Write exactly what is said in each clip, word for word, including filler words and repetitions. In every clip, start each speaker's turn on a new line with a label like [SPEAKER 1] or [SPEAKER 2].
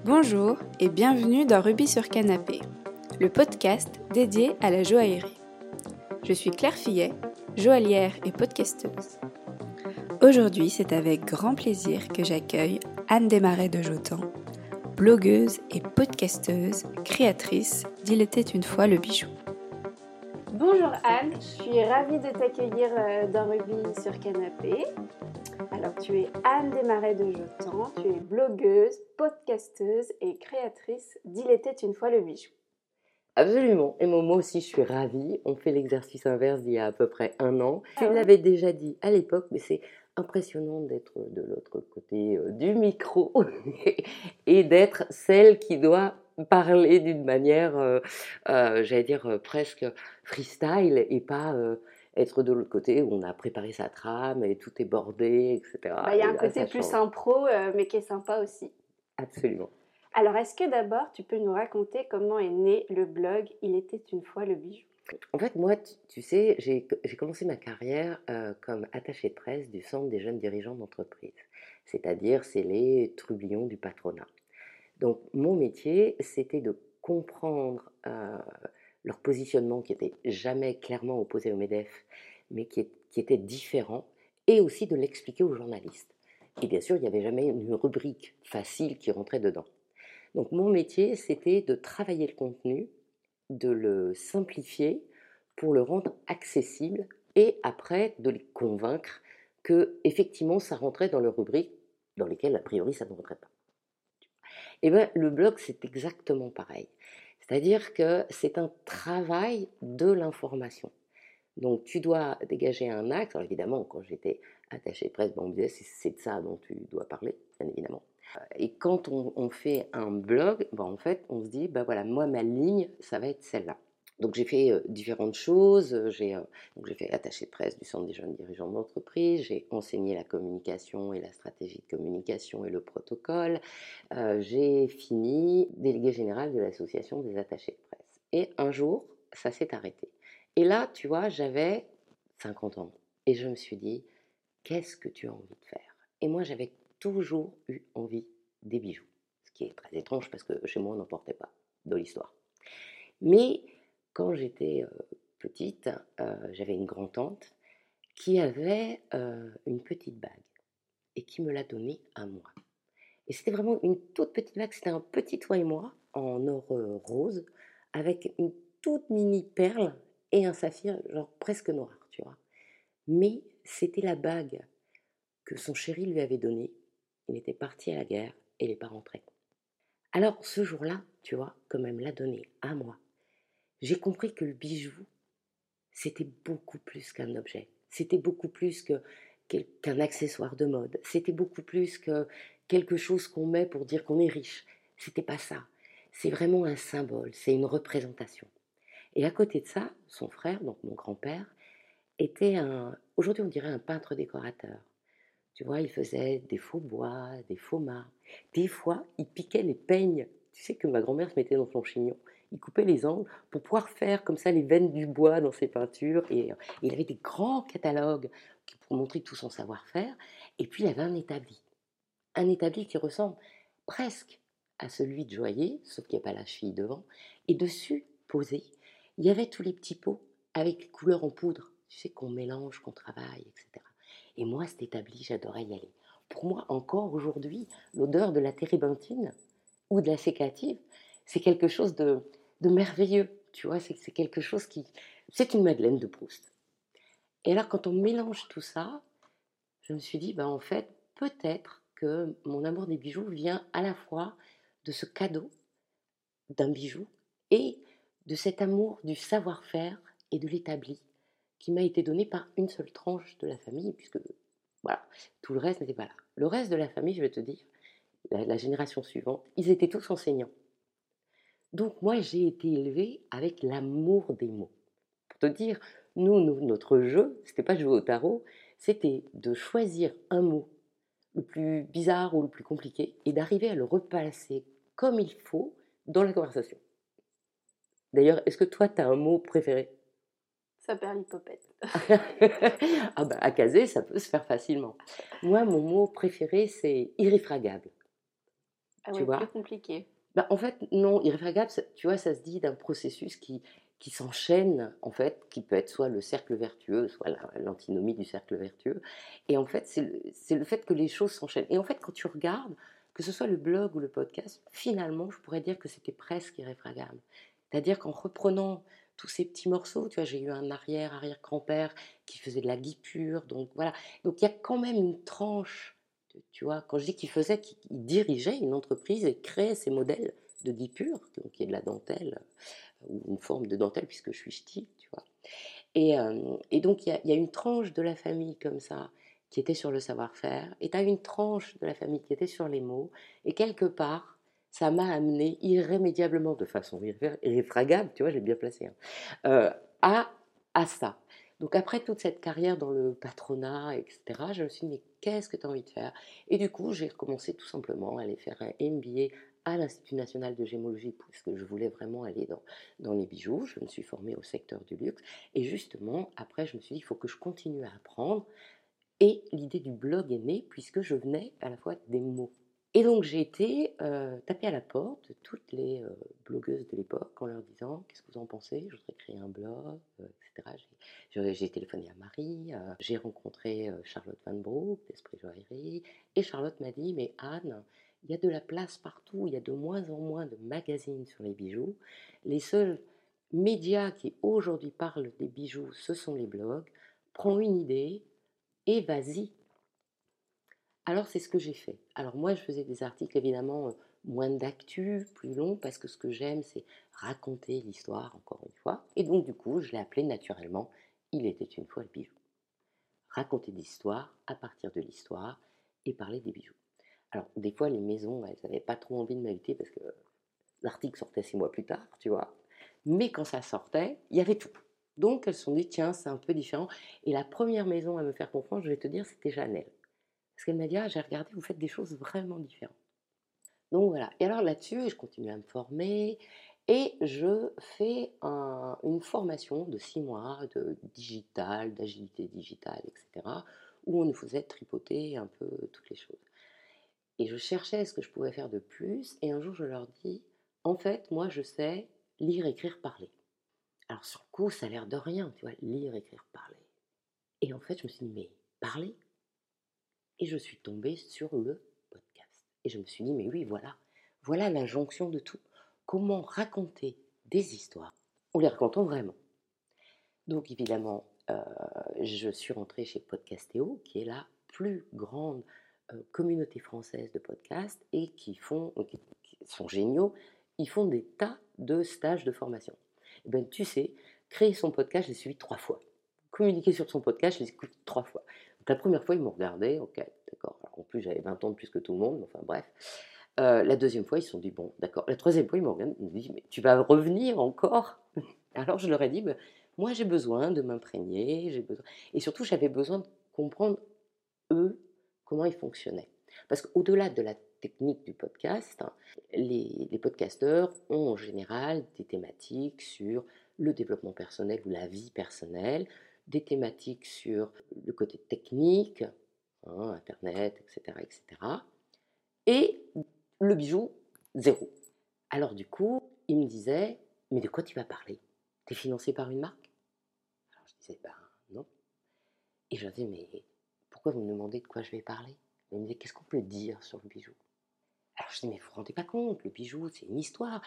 [SPEAKER 1] Bonjour et bienvenue dans Rubis sur Canapé, le podcast dédié à la joaillerie. Je suis Claire Fillet, joaillière et podcasteuse. Aujourd'hui, c'est avec grand plaisir que j'accueille Anne Desmarais de Jotan, blogueuse et podcasteuse, créatrice d'Il était une fois le bijou. Bonjour Anne, je suis ravie de t'accueillir dans Rubis sur Canapé. Alors, tu es Anne Desmarais de Jotan, tu es blogueuse, podcasteuse et créatrice d'Il était une fois le bijou.
[SPEAKER 2] Absolument, et moi, moi aussi je suis ravie. On fait l'exercice inverse d'il y a à peu près un an. Tu me l'avais déjà dit à l'époque, mais c'est impressionnant d'être de l'autre côté euh, du micro et d'être celle qui doit parler d'une manière, euh, euh, j'allais dire, euh, presque freestyle et pas euh, être de l'autre côté où on a préparé sa trame et tout est bordé, et cetera.
[SPEAKER 1] Bah, il y a
[SPEAKER 2] Et
[SPEAKER 1] un
[SPEAKER 2] là,
[SPEAKER 1] côté
[SPEAKER 2] ça
[SPEAKER 1] plus
[SPEAKER 2] change.
[SPEAKER 1] impro, euh, mais qui est sympa aussi.
[SPEAKER 2] Absolument.
[SPEAKER 1] Alors, est-ce que d'abord, tu peux nous raconter comment est né le blog Il était une fois le bijou ?
[SPEAKER 2] En fait, moi, tu, tu sais, j'ai j'ai commencé ma carrière euh, comme attachée de presse du Centre des jeunes dirigeants d'entreprise. C'est-à-dire, c'est les trublions du patronat. Donc, mon métier, c'était de comprendre euh, leur positionnement qui était jamais clairement opposé au MEDEF, mais qui, est- qui était différent, et aussi de l'expliquer aux journalistes. Et bien sûr, il n'y avait jamais une rubrique facile qui rentrait dedans. Donc, mon métier, c'était de travailler le contenu, de le simplifier pour le rendre accessible et après de les convaincre que effectivement ça rentrait dans leur rubrique dans lesquelles a priori ça ne rentrait pas. Et bien le blog c'est exactement pareil. C'est-à-dire que c'est un travail de l'information. Donc tu dois dégager un axe. Alors évidemment quand j'étais attachée de presse, bon, on me disait c'est, c'est de ça dont tu dois parler, bien évidemment. Et quand on, on fait un blog, ben en fait on se dit, ben voilà, moi ma ligne ça va être celle-là. Donc j'ai fait euh, différentes choses, j'ai, euh, donc j'ai fait attaché de presse du Centre des jeunes dirigeants d'entreprise, j'ai enseigné la communication et la stratégie de communication et le protocole, euh, j'ai fini délégué général de l'association des attachés de presse. Et un jour, ça s'est arrêté. Et là, tu vois, j'avais cinquante ans et je me suis dit, qu'est-ce que tu as envie de faire ? Et moi, j'avais toujours eu envie des bijoux, ce qui est très étrange parce que chez moi, on n'en portait pas de l'histoire. Mais quand j'étais euh, petite, euh, j'avais une grand-tante qui avait euh, une petite bague et qui me l'a donnée à moi. Et c'était vraiment une toute petite bague, c'était un petit toi et moi en or euh, rose avec une toute mini perle et un saphir genre presque noir, tu vois. Mais c'était la bague que son chéri lui avait donnée. Il était parti à la guerre et il n'est pas rentré. Alors ce jour-là, tu vois, comme elle me l'a donnée à moi, j'ai compris que le bijou, c'était beaucoup plus qu'un objet. C'était beaucoup plus que, qu'un accessoire de mode. C'était beaucoup plus que quelque chose qu'on met pour dire qu'on est riche. C'était pas ça. C'est vraiment un symbole, c'est une représentation. Et à côté de ça, son frère, donc mon grand-père, était un, aujourd'hui on dirait un peintre décorateur. Tu vois, il faisait des faux bois, des faux mâts. Des fois, il piquait les peignes. Tu sais que ma grand-mère se mettait dans son chignon. Il coupait les angles pour pouvoir faire comme ça les veines du bois dans ses peintures. Et, et il avait des grands catalogues pour montrer tout son savoir-faire. Et puis, il avait un établi. Un établi qui ressemble presque à celui de joaillier, sauf qu'il n'y a pas la cheville devant. Et dessus, posé, il y avait tous les petits pots avec les couleurs en poudre. Tu sais, qu'on mélange, qu'on travaille, et cetera. Et moi, cet établi, j'adorais y aller. Pour moi, encore aujourd'hui, l'odeur de la térébenthine ou de la sécative, c'est quelque chose de, de merveilleux. Tu vois, c'est, c'est quelque chose qui... C'est une Madeleine de Proust. Et alors, quand on mélange tout ça, je me suis dit, ben, en fait, peut-être que mon amour des bijoux vient à la fois de ce cadeau d'un bijou et de cet amour du savoir-faire et de l'établi qui m'a été donné par une seule tranche de la famille, puisque voilà, tout le reste n'était pas là. Le reste de la famille, je vais te dire, la, la génération suivante, ils étaient tous enseignants. Donc moi, j'ai été élevée avec l'amour des mots. Pour te dire, nous, nous notre jeu, c'était pas de jouer au tarot, c'était de choisir un mot le plus bizarre ou le plus compliqué et d'arriver à le replacer comme il faut dans la conversation. D'ailleurs, est-ce que toi, tu as un mot préféré ?
[SPEAKER 1] Saperlipopette.
[SPEAKER 2] Ah bah, à caser, ça peut se faire facilement. Moi, mon mot préféré, c'est irréfragable.
[SPEAKER 1] Ah
[SPEAKER 2] tu
[SPEAKER 1] ouais, plus
[SPEAKER 2] vois?
[SPEAKER 1] compliqué.
[SPEAKER 2] Bah, en fait, non, irréfragable, ça tu vois, ça se dit d'un processus qui qui s'enchaîne, en fait, qui peut être soit le cercle vertueux, soit la l'antinomie du cercle vertueux et en fait, c'est le c'est le fait que les choses s'enchaînent et en fait, quand tu regardes, que ce soit le blog ou le podcast, finalement, je pourrais dire que c'était presque irréfragable. C'est-à-dire qu'en reprenant tous ces petits morceaux, tu vois, j'ai eu un arrière-arrière-grand-père qui faisait de la guipure, donc voilà. Donc il y a quand même une tranche, tu tu vois? Quand je dis qu'il faisait, qu'il qu'il dirigeait une entreprise et créait ces modèles de guipure, donc qui est de la dentelle, ou une forme de dentelle puisque je suis ch'ti, tu vois? Et, euh, et donc il y a, il y a une tranche de la famille comme ça qui était sur le savoir-faire, et tu as une tranche de la famille qui était sur les mots, et quelque part, ça m'a amené irrémédiablement, de façon irré- irréfragable, tu vois, j'ai bien placé, hein, euh, à, à ça. Donc après toute cette carrière dans le patronat, et cetera, je me suis dit, mais qu'est-ce que tu as envie de faire? Et du coup, j'ai recommencé tout simplement à aller faire un M B A à l'Institut national de gémologie, parce que je voulais vraiment aller dans, dans les bijoux. Je me suis formée au secteur du luxe. Et justement, après, je me suis dit, il faut que je continue à apprendre. Et l'idée du blog est née, puisque je venais à la fois des mots. Et donc, j'ai été euh, taper à la porte de toutes les euh, blogueuses de l'époque en leur disant, qu'est-ce que vous en pensez? Je voudrais créer un blog, euh, et cetera. J'ai, j'ai, j'ai téléphoné à Marie, euh, j'ai rencontré euh, Charlotte Van Broek d'Esprit Joaillerie. Et Charlotte m'a dit, mais Anne, il y a de la place partout, il y a de moins en moins de magazines sur les bijoux. Les seuls médias qui aujourd'hui parlent des bijoux, ce sont les blogs. Prends une idée et vas-y. Alors c'est ce que j'ai fait. Alors moi je faisais des articles évidemment euh, moins d'actu, plus longs, parce que ce que j'aime c'est raconter l'histoire encore une fois. Et donc du coup je l'ai appelé naturellement Il était une fois le bijou. Raconter de l'histoire à partir de l'histoire et parler des bijoux. Alors des fois les maisons elles n'avaient pas trop envie de m'inviter parce que l'article sortait six mois plus tard, tu vois. Mais quand ça sortait, il y avait tout. Donc elles se sont dit tiens c'est un peu différent. Et la première maison à me faire comprendre, je vais te dire, c'était Chanel. Parce qu'elle m'a dit, ah, j'ai regardé, vous faites des choses vraiment différentes. Donc voilà. Et alors là-dessus, je continue à me former et je fais un- une formation de six mois de digital, d'agilité digitale, et cetera, où on nous faisait tripoter un peu toutes les choses. Et je cherchais ce que je pouvais faire de plus. Et un jour, je leur dis, en fait, moi, je sais lire, écrire, parler. Alors sur le coup, ça a l'air de rien, tu vois, lire, écrire, parler. Et en fait, je me suis dit, mais parler. Et je suis tombée sur le podcast. Et je me suis dit, mais oui, voilà, voilà la jonction de tout. Comment raconter des histoires en les racontant vraiment. Donc évidemment, euh, je suis rentrée chez Podcastéo, qui est la plus grande euh, communauté française de podcasts et qui font, qui, qui sont géniaux. Ils font des tas de stages de formation. Et ben, tu sais, créer son podcast, je l'ai suivi trois fois. Communiquer sur son podcast, je l'ai écouté trois fois. Donc, la première fois, ils m'ont regardé, ok, d'accord. Alors, en plus, j'avais vingt ans de plus que tout le monde, enfin bref. Euh, la deuxième fois, ils se sont dit, bon, d'accord. La troisième fois, ils m'ont regardé, ils m'ont dit, mais tu vas revenir encore? Alors, je leur ai dit, ben, moi, j'ai besoin de m'imprégner, j'ai besoin... et surtout, j'avais besoin de comprendre, eux, comment ils fonctionnaient. Parce qu'au-delà de la technique du podcast, hein, les, les podcasteurs ont en général des thématiques sur le développement personnel ou la vie personnelle, des thématiques sur le côté technique, hein, Internet, et cetera, et cetera. Et le bijou, zéro. Alors du coup, ils me disaient, mais de quoi tu vas parler? T'es financé par une marque? Alors je disais, ben non. Et je leur disais, mais pourquoi vous me demandez de quoi je vais parler? Ils me disaient, qu'est-ce qu'on peut dire sur le bijou? Alors je dis, mais vous vous rendez pas compte, le bijou, c'est une histoire.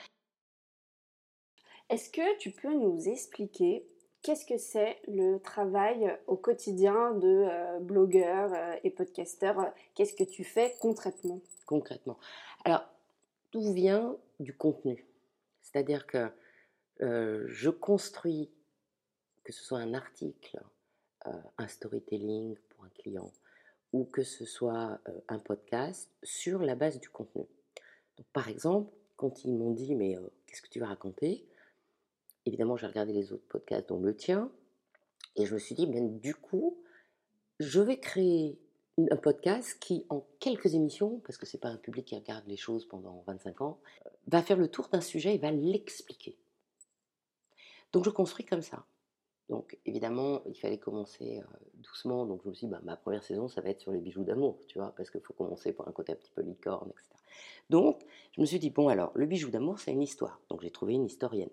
[SPEAKER 1] Est-ce que tu peux nous expliquer qu'est-ce que c'est le travail au quotidien de euh, blogueur euh, et podcasteur? Qu'est-ce que tu fais concrètement?
[SPEAKER 2] Concrètement. Alors, tout vient du contenu. C'est-à-dire que euh, je construis, que ce soit un article, euh, un storytelling pour un client, ou que ce soit euh, un podcast, sur la base du contenu. Donc, par exemple, quand ils m'ont dit, mais euh, qu'est-ce que tu vas raconter? Évidemment, j'ai regardé les autres podcasts, dont le tien, et je me suis dit, ben, du coup, je vais créer un podcast qui, en quelques émissions, parce que ce n'est pas un public qui regarde les choses pendant vingt-cinq ans, va faire le tour d'un sujet et va l'expliquer. Donc je construis comme ça. Donc évidemment, il fallait commencer doucement, donc je me suis dit, bah, ma première saison, ça va être sur les bijoux d'amour, tu vois, parce qu'il faut commencer par un côté un petit peu licorne, et cetera. Donc, je me suis dit, bon, alors, le bijou d'amour, c'est une histoire. Donc, j'ai trouvé une historienne.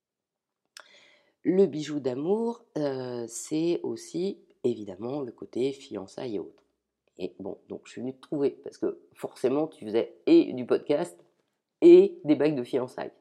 [SPEAKER 2] Le bijou d'amour, euh, c'est aussi, évidemment, le côté fiançailles et autres. Et bon, donc, je suis venue te trouver, parce que forcément, tu faisais et du podcast et des bagues de fiançailles.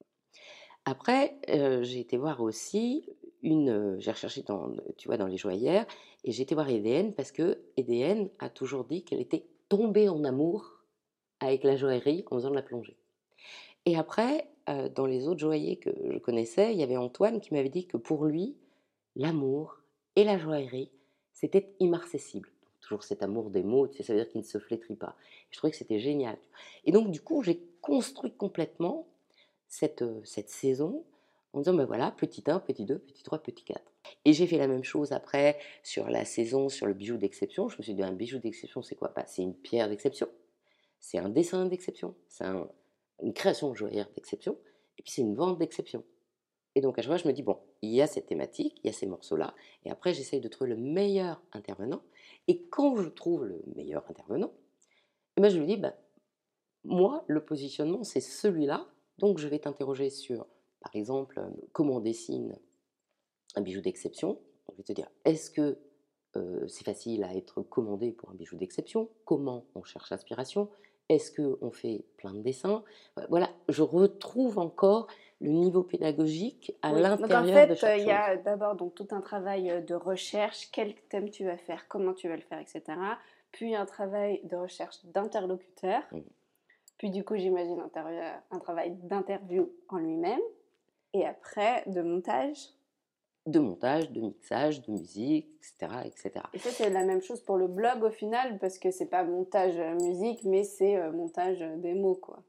[SPEAKER 2] Après, euh, j'ai été voir aussi une. euh, j'ai recherché dans, tu vois, dans les joaillères et j'ai été voir Edn parce que Edn a toujours dit qu'elle était tombée en amour avec la joaillerie en faisant de la plongée. Et après, euh, dans les autres joailliers que je connaissais, il y avait Antoine qui m'avait dit que pour lui, l'amour et la joaillerie, c'était immarcessible. Donc, toujours cet amour des mots, tu sais, ça veut dire qu'il ne se flétrit pas. Et je trouvais que c'était génial. Et donc, du coup, j'ai construit complètement cette, euh, cette saison en disant, ben voilà, petit un, petit deux, petit trois, petit quatre. Et j'ai fait la même chose après sur la saison, sur le bijou d'exception. Je me suis dit, un bijou d'exception, c'est quoi? Bah, c'est une pierre d'exception, c'est un dessin d'exception, c'est un, une création joaillère d'exception, et puis c'est une vente d'exception. Et donc à chaque fois, je me dis, bon, il y a cette thématique, il y a ces morceaux-là, et après, j'essaye de trouver le meilleur intervenant. Et quand je trouve le meilleur intervenant, eh ben, je lui dis, ben, moi, le positionnement, c'est celui-là. Donc, je vais t'interroger sur, par exemple, euh, comment on dessine un bijou d'exception. Je vais te dire, est-ce que euh, c'est facile à être commandé pour un bijou d'exception? Comment on cherche l'inspiration? Est-ce qu'on fait plein de dessins? Voilà, je retrouve encore le niveau pédagogique à
[SPEAKER 1] Oui, donc en
[SPEAKER 2] l'intérieur de
[SPEAKER 1] fait,
[SPEAKER 2] chaque
[SPEAKER 1] il
[SPEAKER 2] chose.
[SPEAKER 1] y a d'abord donc tout un travail de recherche, quel thème tu vas faire, comment tu vas le faire, et cetera. Puis un travail de recherche d'interlocuteur.
[SPEAKER 2] Mm.
[SPEAKER 1] Puis du coup, j'imagine un, ter- un travail d'interview en lui-même. Et après, de montage.
[SPEAKER 2] De montage, de mixage, de musique, et cetera, et cetera.
[SPEAKER 1] Et ça, c'est la même chose pour le blog au final, parce que c'est pas montage euh, musique, mais c'est euh, montage euh, des mots, quoi.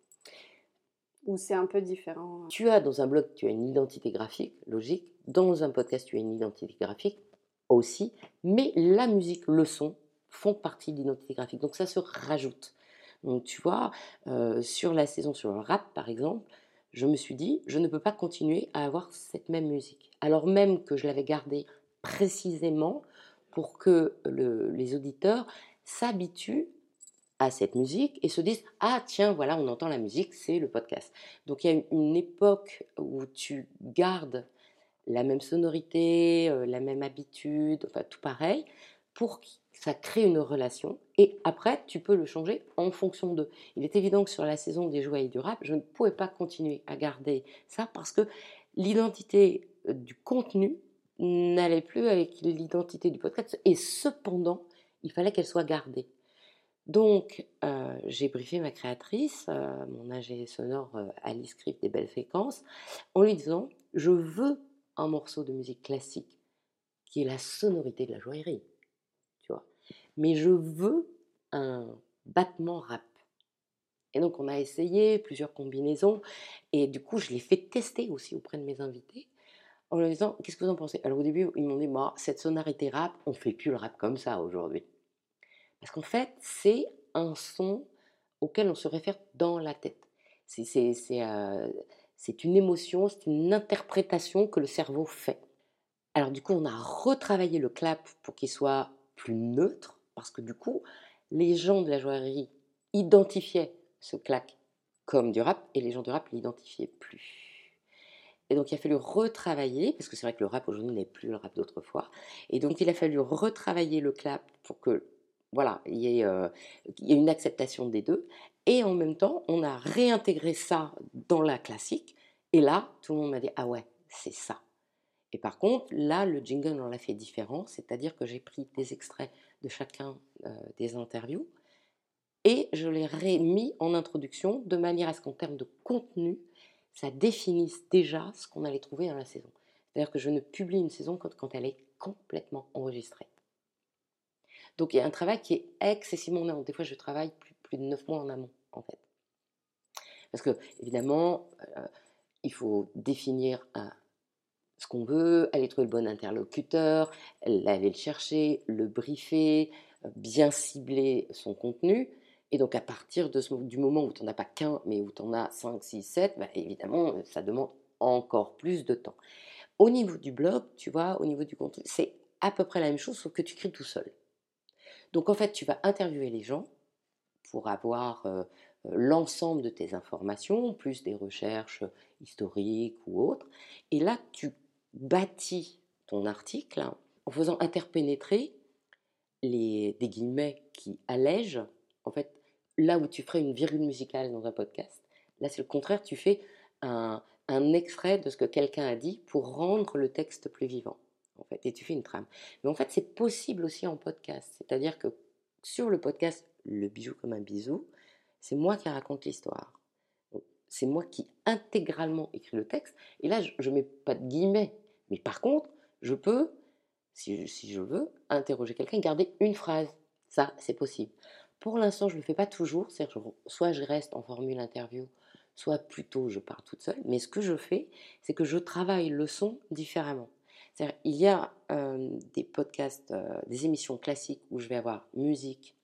[SPEAKER 1] Ou c'est un peu différent.
[SPEAKER 2] Tu as dans un blog, tu as une identité graphique, logique. Dans un podcast, tu as une identité graphique aussi. Mais la musique, le son font partie de l'identité graphique. Donc ça se rajoute. Donc tu vois, euh, sur la saison sur le rap, par exemple, je me suis dit, je ne peux pas continuer à avoir cette même musique. Alors même que je l'avais gardée précisément pour que le- les auditeurs s'habituent à cette musique et se disent, ah tiens, voilà, on entend la musique, c'est le podcast. Donc il y a une, une époque où tu gardes la même sonorité, euh, la même habitude, enfin tout pareil, pour que ça crée une relation. Et après, tu peux le changer en fonction d'eux. Il est évident que sur la saison des joailliers du rap, je ne pouvais pas continuer à garder ça parce que l'identité euh, du contenu n'allait plus avec l'identité du podcast. Et cependant, il fallait qu'elle soit gardée. Donc, euh, j'ai briefé ma créatrice, euh, mon ingé sonore euh, Alice Criff des Belles Fréquences, en lui disant, je veux un morceau de musique classique qui est la sonorité de la joaillerie, tu vois. Mais je veux un battement rap. Et donc, on a essayé plusieurs combinaisons, et du coup, je l'ai fait tester aussi auprès de mes invités, en leur disant, qu'est-ce que vous en pensez? Alors au début, ils m'ont dit, moi, cette sonorité rap, on ne fait plus le rap comme ça aujourd'hui. Parce qu'en fait, c'est un son auquel on se réfère dans la tête. C'est, c'est, c'est, euh, c'est une émotion, c'est une interprétation que le cerveau fait. Alors du coup, on a retravaillé le clap pour qu'il soit plus neutre, parce que du coup, les gens de la joaillerie identifiaient ce clap comme du rap, et les gens du rap ne l'identifiaient plus. Et donc il a fallu retravailler, parce que c'est vrai que le rap aujourd'hui n'est plus le rap d'autrefois, et donc il a fallu retravailler le clap pour que voilà, il y ait, euh, il y ait une acceptation des deux, et en même temps, on a réintégré ça dans la classique, et là, tout le monde m'a dit, ah ouais, c'est ça. Et par contre, là, le jingle, on l'a fait différent, c'est-à-dire que j'ai pris des extraits de chacun euh, des interviews, et je les ai mis en introduction, de manière à ce qu'en termes de contenu, ça définisse déjà ce qu'on allait trouver dans la saison. C'est-à-dire que je ne publie une saison quand, quand elle est complètement enregistrée. Donc il y a un travail qui est excessivement en amont. Des fois, je travaille plus, plus de neuf mois en amont, en fait. Parce que, évidemment, euh, il faut définir un, ce qu'on veut, aller trouver le bon interlocuteur, aller le chercher, le briefer, euh, bien cibler son contenu. Et donc, à partir de ce, du moment où tu n'en as pas qu'un, mais où tu en as cinq, six, sept, bah, évidemment, ça demande encore plus de temps. Au niveau du blog, tu vois, au niveau du contenu, c'est à peu près la même chose, sauf que tu cries tout seul. Donc en fait, tu vas interviewer les gens pour avoir euh, l'ensemble de tes informations, plus des recherches historiques ou autres. Et là, tu bâtis ton article en faisant interpénétrer les, des guillemets qui allègent. En fait, là où tu ferais une virgule musicale dans un podcast, là c'est le contraire, tu fais un, un extrait de ce que quelqu'un a dit pour rendre le texte plus vivant. En fait, et tu fais une trame. Mais en fait, c'est possible aussi en podcast. C'est-à-dire que sur le podcast Le bijou comme un bisou, c'est moi qui raconte l'histoire. C'est moi qui intégralement écris le texte. Et là, je ne mets pas de guillemets. Mais par contre, je peux, si je, si je veux, interroger quelqu'un et garder une phrase. Ça, c'est possible. Pour l'instant, je ne le fais pas toujours. C'est-à-dire, soit je reste en formule interview, soit plutôt je pars toute seule. Mais ce que je fais, c'est que je travaille le son différemment. C'est-à-dire, il y a euh, des podcasts, euh, des émissions classiques où je vais avoir musique,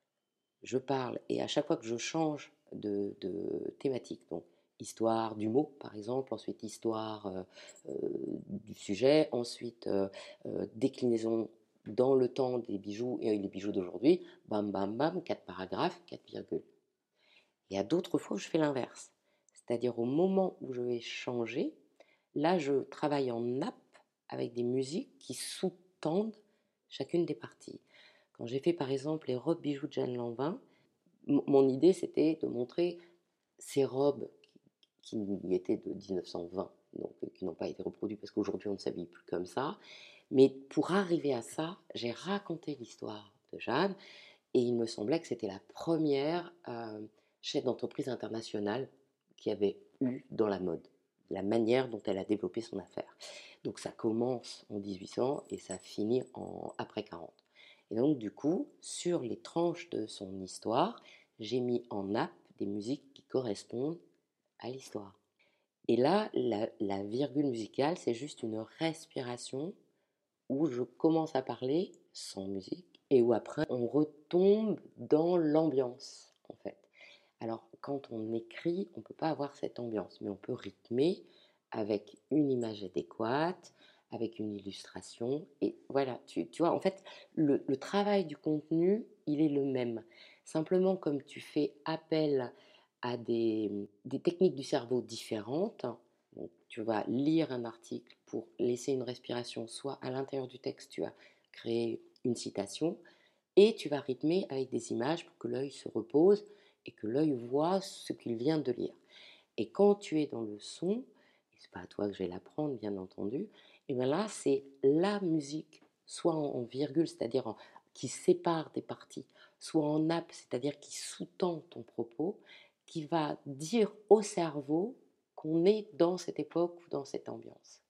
[SPEAKER 2] je parle, et à chaque fois que je change de, de thématique, donc histoire du mot par exemple, ensuite histoire euh, euh, du sujet, ensuite euh, euh, déclinaison dans le temps des bijoux et les bijoux d'aujourd'hui, bam bam bam, quatre paragraphes, quatre virgules. Et à d'autres fois, je fais l'inverse. C'est-à-dire au moment où je vais changer, là, je travaille en nappe avec des musiques qui sous-tendent chacune des parties. Quand j'ai fait par exemple les robes bijoux de Jeanne Lanvin, m- mon idée c'était de montrer ces robes qui, qui étaient de dix-neuf cent vingt, donc euh, qui n'ont pas été reproduites parce qu'aujourd'hui on ne s'habille plus comme ça. Mais pour arriver à ça, j'ai raconté l'histoire de Jeanne et il me semblait que c'était la première euh, chef d'entreprise internationale qui avait eu dans la mode, la manière dont elle a développé son affaire. Donc ça commence en dix-huit cents et ça finit en après quarante. Et donc du coup, sur les tranches de son histoire, j'ai mis en nappe des musiques qui correspondent à l'histoire. Et là, la, la virgule musicale, c'est juste une respiration où je commence à parler sans musique et où après on retombe dans l'ambiance en fait. Alors quand on écrit, on ne peut pas avoir cette ambiance, mais on peut rythmer avec une image adéquate, avec une illustration. Et voilà, tu, tu vois, en fait, le, le travail du contenu, il est le même. Simplement, comme tu fais appel à des, des techniques du cerveau différentes, donc, tu vas lire un article pour laisser une respiration, soit à l'intérieur du texte, tu vas créer une citation, et tu vas rythmer avec des images pour que l'œil se repose et que l'œil voit ce qu'il vient de lire. Et quand tu es dans le son, et c'est pas à toi que je vais l'apprendre, bien entendu, et bien là, c'est la musique, soit en virgule, c'est-à-dire en, qui sépare des parties, soit en nappe, c'est-à-dire qui sous-tend ton propos, qui va dire au cerveau qu'on est dans cette époque ou dans cette ambiance.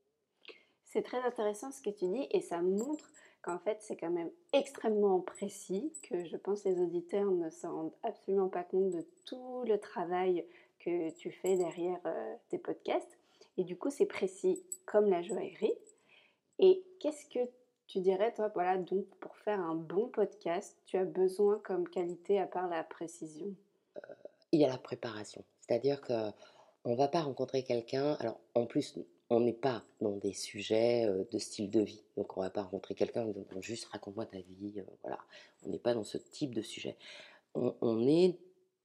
[SPEAKER 1] C'est très intéressant ce que tu dis et ça montre qu'en fait c'est quand même extrêmement précis, que je pense les auditeurs ne s'en rendent absolument pas compte de tout le travail que tu fais derrière euh, tes podcasts. Et du coup c'est précis comme la joaillerie. Et qu'est-ce que tu dirais toi, voilà, donc pour faire un bon podcast, tu as besoin comme qualité à part la précision?
[SPEAKER 2] Il y a la préparation, c'est-à-dire que on va pas rencontrer quelqu'un. Alors en plus, on n'est pas dans des sujets euh, de style de vie, donc on va pas rencontrer quelqu'un en disant juste raconte-moi ta vie, euh, voilà. On n'est pas dans ce type de sujet. On, on est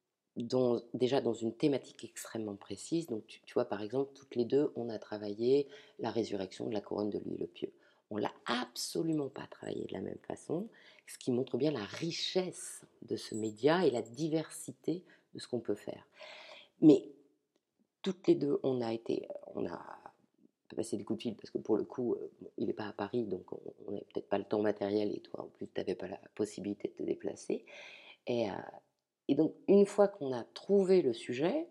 [SPEAKER 2] dans, déjà dans une thématique extrêmement précise. Donc tu, tu vois par exemple, toutes les deux, on a travaillé la résurrection de la couronne de Louis le Pieux. On l'a absolument pas travaillé de la même façon, ce qui montre bien la richesse de ce média et la diversité de ce qu'on peut faire. Mais toutes les deux, on a été, on a passé des coups de fil parce que pour le coup, euh, il n'est pas à Paris, donc on n'avait peut-être pas le temps matériel et toi en plus, tu n'avais pas la possibilité de te déplacer. Et, euh, et donc, une fois qu'on a trouvé le sujet,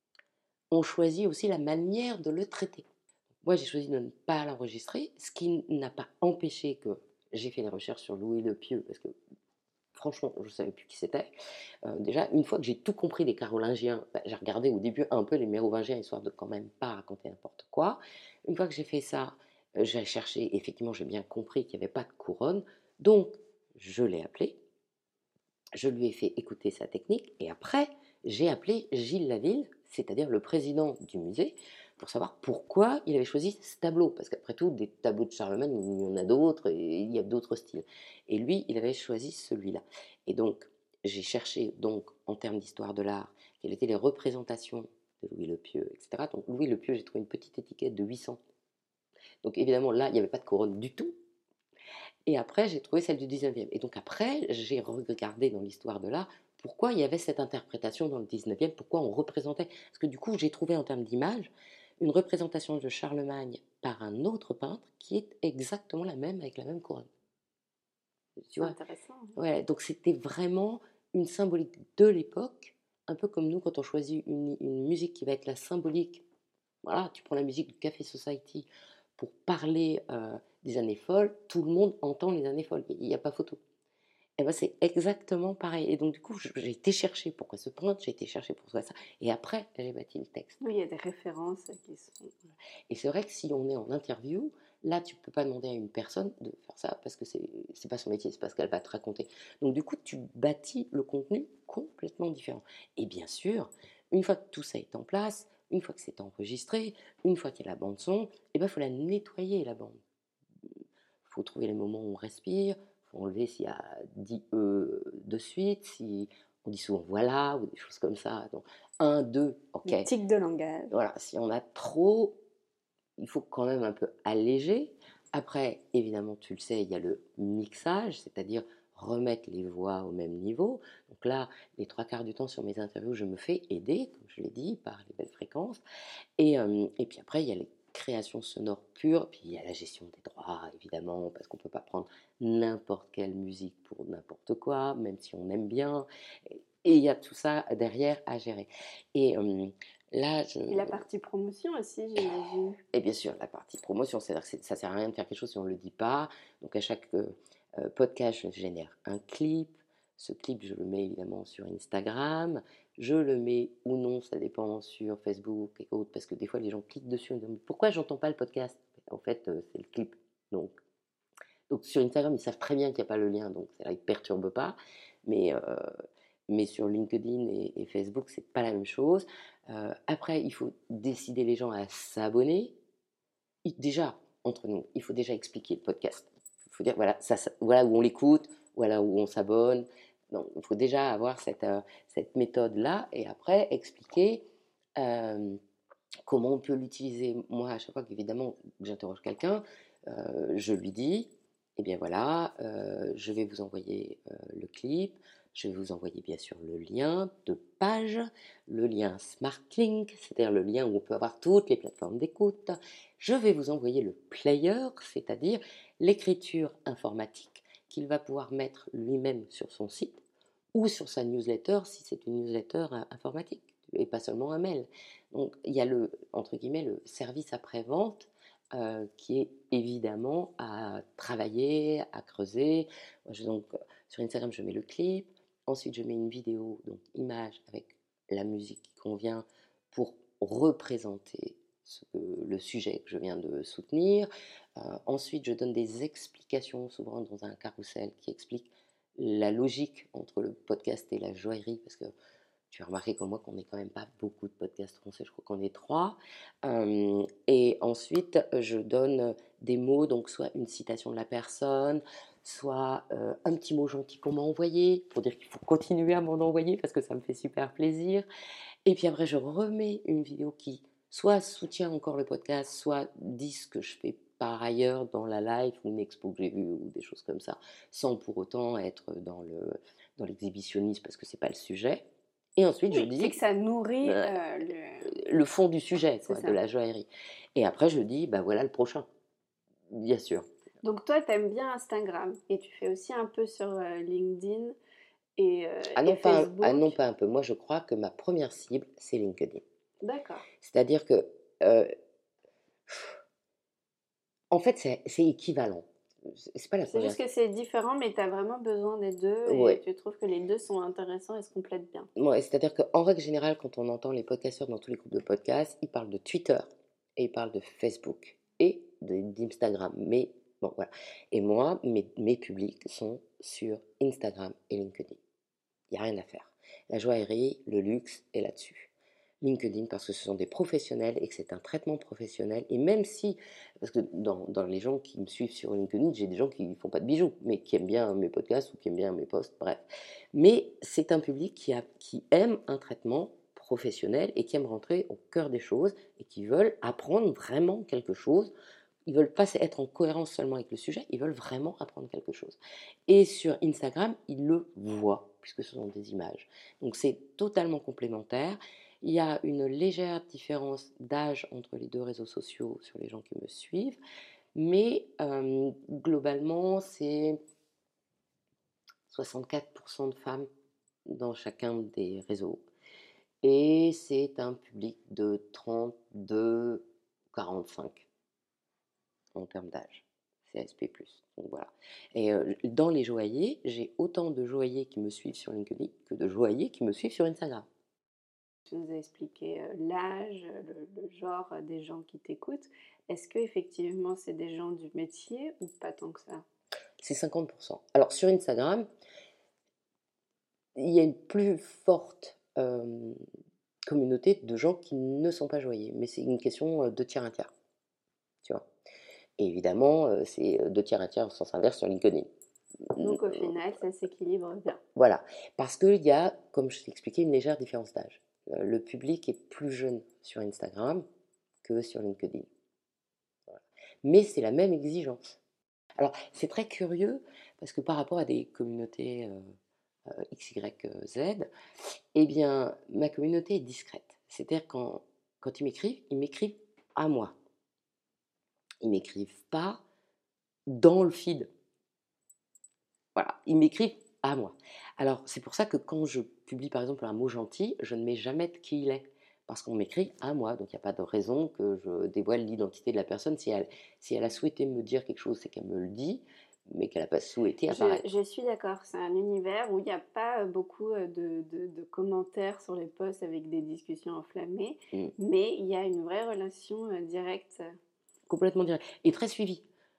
[SPEAKER 2] on choisit aussi la manière de le traiter. Moi, j'ai choisi de ne pas l'enregistrer, ce qui n'a pas empêché que j'ai fait des recherches sur Louis le Pieux, parce que franchement, je ne savais plus qui c'était. Euh, déjà, une fois que j'ai tout compris des Carolingiens, bah, j'ai regardé au début un peu les Mérovingiens, histoire de quand même pas raconter n'importe quoi. Une fois que j'ai fait ça, euh, j'ai cherché, effectivement, j'ai bien compris qu'il n'y avait pas de couronne, donc je l'ai appelé, je lui ai fait écouter sa technique, et après, j'ai appelé Gilles Laville, c'est-à-dire le président du musée, pour savoir pourquoi il avait choisi ce tableau. Parce qu'après tout, des tableaux de Charlemagne, il y en a d'autres, et il y a d'autres styles. Et lui, il avait choisi celui-là. Et donc, j'ai cherché, donc, en termes d'histoire de l'art, quelles étaient les représentations de Louis le Pieux, et cetera. Donc, Louis le Pieux, j'ai trouvé une petite étiquette de huit cents. Donc, évidemment, là, il n'y avait pas de couronne du tout. Et après, j'ai trouvé celle du dix-neuvième. Et donc après, j'ai regardé dans l'histoire de l'art pourquoi il y avait cette interprétation dans le dix-neuvième, pourquoi on représentait. Parce que du coup, j'ai trouvé en termes d'image une représentation de Charlemagne par un autre peintre qui est exactement la même, avec la même couronne. Tu vois ?
[SPEAKER 1] Intéressant. Hein.
[SPEAKER 2] Ouais, donc c'était vraiment une symbolique de l'époque, un peu comme nous quand on choisit une, une musique qui va être la symbolique. Voilà, tu prends la musique du Café Society pour parler euh, des années folles, tout le monde entend les années folles, il n'y a pas photo. Et ben c'est exactement pareil. Et donc du coup, j'ai été chercher pourquoi ce peintre, j'ai été chercher pourquoi ça, et après, j'ai bâti le texte.
[SPEAKER 1] Oui, il y a des références qui sont...
[SPEAKER 2] Et c'est vrai que si on est en interview, là, tu ne peux pas demander à une personne de faire ça, parce que c'est n'est pas son métier, c'est pas ce qu'elle va te raconter. Donc du coup, tu bâtis le contenu complètement différent. Et bien sûr, une fois que tout ça est en place, une fois que c'est enregistré, une fois qu'il y a la bande son, il ben, faut la nettoyer, la bande. Il faut trouver les moments où on respire, il faut enlever s'il y a dix E de suite, si on dit souvent voilà, ou des choses comme ça. Donc, un, deux, ok.
[SPEAKER 1] Des tics de langage.
[SPEAKER 2] Voilà, si on a trop, il faut quand même un peu alléger. Après, évidemment, tu le sais, il y a le mixage, c'est-à-dire remettre les voix au même niveau. Donc là, les trois quarts du temps sur mes interviews, je me fais aider, comme je l'ai dit, par les belles fréquences. Et, euh, et puis après, il y a les créations sonores pures, puis il y a la gestion des droits, évidemment, parce qu'on ne peut pas prendre n'importe quelle musique pour n'importe quoi, même si on aime bien. Et il y a tout ça derrière à gérer. Et euh, là, je...
[SPEAKER 1] Et la partie promotion aussi, j'imagine.
[SPEAKER 2] Et bien sûr, la partie promotion, c'est-à-dire que ça ne sert à rien de faire quelque chose si on ne le dit pas. Donc à chaque euh, podcast, je génère un clip. Ce clip, je le mets évidemment sur Instagram. Je le mets ou non, ça dépend, sur Facebook et autres, parce que des fois, les gens cliquent dessus et me disent « Pourquoi j'entends pas le podcast ?» En fait, euh, c'est le clip. Donc, donc sur Instagram, ils savent très bien qu'il n'y a pas le lien, donc ça ne les perturbe pas. Mais, euh, mais sur LinkedIn et, et Facebook, c'est pas la même chose. Euh, après, il faut décider les gens à s'abonner. Déjà, entre nous, il faut déjà expliquer le podcast. Il faut dire, voilà, ça, ça, voilà où on l'écoute, voilà où on s'abonne. Donc, il faut déjà avoir cette, euh, cette méthode-là et après expliquer euh, comment on peut l'utiliser. Moi, à chaque fois qu'évidemment j'interroge quelqu'un, euh, je lui dis, eh bien voilà, euh, je vais vous envoyer euh, le clip, je vais vous envoyer bien sûr le lien de page, le lien SmartLink, c'est-à-dire le lien où on peut avoir toutes les plateformes d'écoute. Je vais vous envoyer le player, c'est-à-dire l'écriture informatique qu'il va pouvoir mettre lui-même sur son site ou sur sa newsletter si c'est une newsletter informatique et pas seulement un mail. Donc il y a le, entre guillemets, le service après-vente euh, qui est évidemment à travailler, à creuser. Je, donc, sur Instagram, je mets le clip. Ensuite, je mets une vidéo, donc image avec la musique qui convient pour représenter ce que, le sujet que je viens de soutenir. Euh, ensuite, je donne des explications, souvent dans un carrousel qui explique la logique entre le podcast et la joaillerie, parce que tu as remarqué comme moi qu'on n'est quand même pas beaucoup de podcasts français, je crois qu'on est trois. Euh, et ensuite, je donne des mots, donc soit une citation de la personne, soit euh, un petit mot gentil qu'on m'a envoyé, pour dire qu'il faut continuer à m'en envoyer, parce que ça me fait super plaisir. Et puis après, je remets une vidéo qui soit soutient encore le podcast, soit dit ce que je fais par ailleurs dans la live ou une expo que j'ai vue ou des choses comme ça, sans pour autant être dans, le, dans l'exhibitionnisme, parce que c'est pas le sujet. Et ensuite,
[SPEAKER 1] oui,
[SPEAKER 2] je dis...
[SPEAKER 1] c'est que ça nourrit
[SPEAKER 2] euh,
[SPEAKER 1] euh, le...
[SPEAKER 2] le fond du sujet, quoi, de la joaillerie. Et après, je dis, bah voilà le prochain, bien sûr.
[SPEAKER 1] Donc toi, tu aimes bien Instagram et tu fais aussi un peu sur euh, LinkedIn et, euh,
[SPEAKER 2] ah, non,
[SPEAKER 1] et
[SPEAKER 2] pas,
[SPEAKER 1] Facebook.
[SPEAKER 2] Ah non, pas un peu. Moi, je crois que ma première cible, c'est LinkedIn.
[SPEAKER 1] D'accord.
[SPEAKER 2] C'est-à-dire que, euh, en fait, c'est, c'est équivalent. C'est pas la
[SPEAKER 1] C'est
[SPEAKER 2] première.
[SPEAKER 1] juste que c'est différent, mais tu as vraiment besoin des deux
[SPEAKER 2] Ouais.
[SPEAKER 1] et tu trouves que les deux sont intéressants et se complètent bien.
[SPEAKER 2] Ouais, c'est-à-dire qu'en règle générale, quand on entend les podcasteurs dans tous les groupes de podcasts, ils parlent de Twitter et ils parlent de Facebook et de, d'Instagram. Mais bon, voilà. Et moi, mes, mes publics sont sur Instagram et LinkedIn. Il n'y a rien à faire. La joaillerie, le luxe est là-dessus. LinkedIn parce que ce sont des professionnels et que c'est un traitement professionnel. Et même si, parce que dans, dans les gens qui me suivent sur LinkedIn, j'ai des gens qui ne font pas de bijoux, mais qui aiment bien mes podcasts ou qui aiment bien mes posts, bref. Mais c'est un public qui, a, qui aime un traitement professionnel et qui aime rentrer au cœur des choses et qui veulent apprendre vraiment quelque chose. Ils ne veulent pas être en cohérence seulement avec le sujet, ils veulent vraiment apprendre quelque chose. Et sur Instagram, ils le voient, puisque ce sont des images. Donc c'est totalement complémentaire. Il y a une légère différence d'âge entre les deux réseaux sociaux sur les gens qui me suivent, mais euh, globalement, c'est soixante-quatre pour cent de femmes dans chacun des réseaux. Et c'est un public de trente-deux à quarante-cinq en termes d'âge. C'est A S P plus. Donc voilà. Et euh, dans les joailliers, j'ai autant de joailliers qui me suivent sur LinkedIn que de joailliers qui me suivent sur Instagram.
[SPEAKER 1] Tu nous as expliqué euh, l'âge, le, le genre euh, des gens qui t'écoutent. Est-ce que effectivement c'est des gens du métier ou pas tant que ça?
[SPEAKER 2] C'est cinquante pour cent. Alors sur Instagram, il y a une plus forte euh, communauté de gens qui ne sont pas joailliers, mais c'est une question de tiers un tiers, tu vois. Et évidemment, euh, c'est deux tiers un tiers en sens inverse sur LinkedIn.
[SPEAKER 1] Donc au final, ça s'équilibre bien.
[SPEAKER 2] Voilà, parce qu'il y a, comme je t'ai expliqué, une légère différence d'âge. Euh, le public est plus jeune sur Instagram que sur LinkedIn. Voilà. Mais c'est la même exigence. Alors, c'est très curieux, parce que par rapport à des communautés euh, euh, X, Y, Z, eh bien, ma communauté est discrète. C'est-à-dire quand, quand ils m'écrivent, ils m'écrivent à moi. Ils ne m'écrivent pas dans le feed. Voilà, ils m'écrivent à moi. Alors, c'est pour ça que quand je publie par exemple un mot gentil, je ne mets jamais de qui il est. Parce qu'on m'écrit à moi, donc il n'y a pas de raison que je dévoile l'identité de la personne. Si elle, si elle a souhaité me dire quelque chose, c'est qu'elle me le dit, mais qu'elle n'a pas souhaité apparaître.
[SPEAKER 1] Je, je suis d'accord, c'est un univers où il n'y a pas beaucoup de, de, de commentaires sur les posts avec des discussions enflammées, mm. mais il y a une vraie relation euh, directe.
[SPEAKER 2] Complètement directe, et très suivie.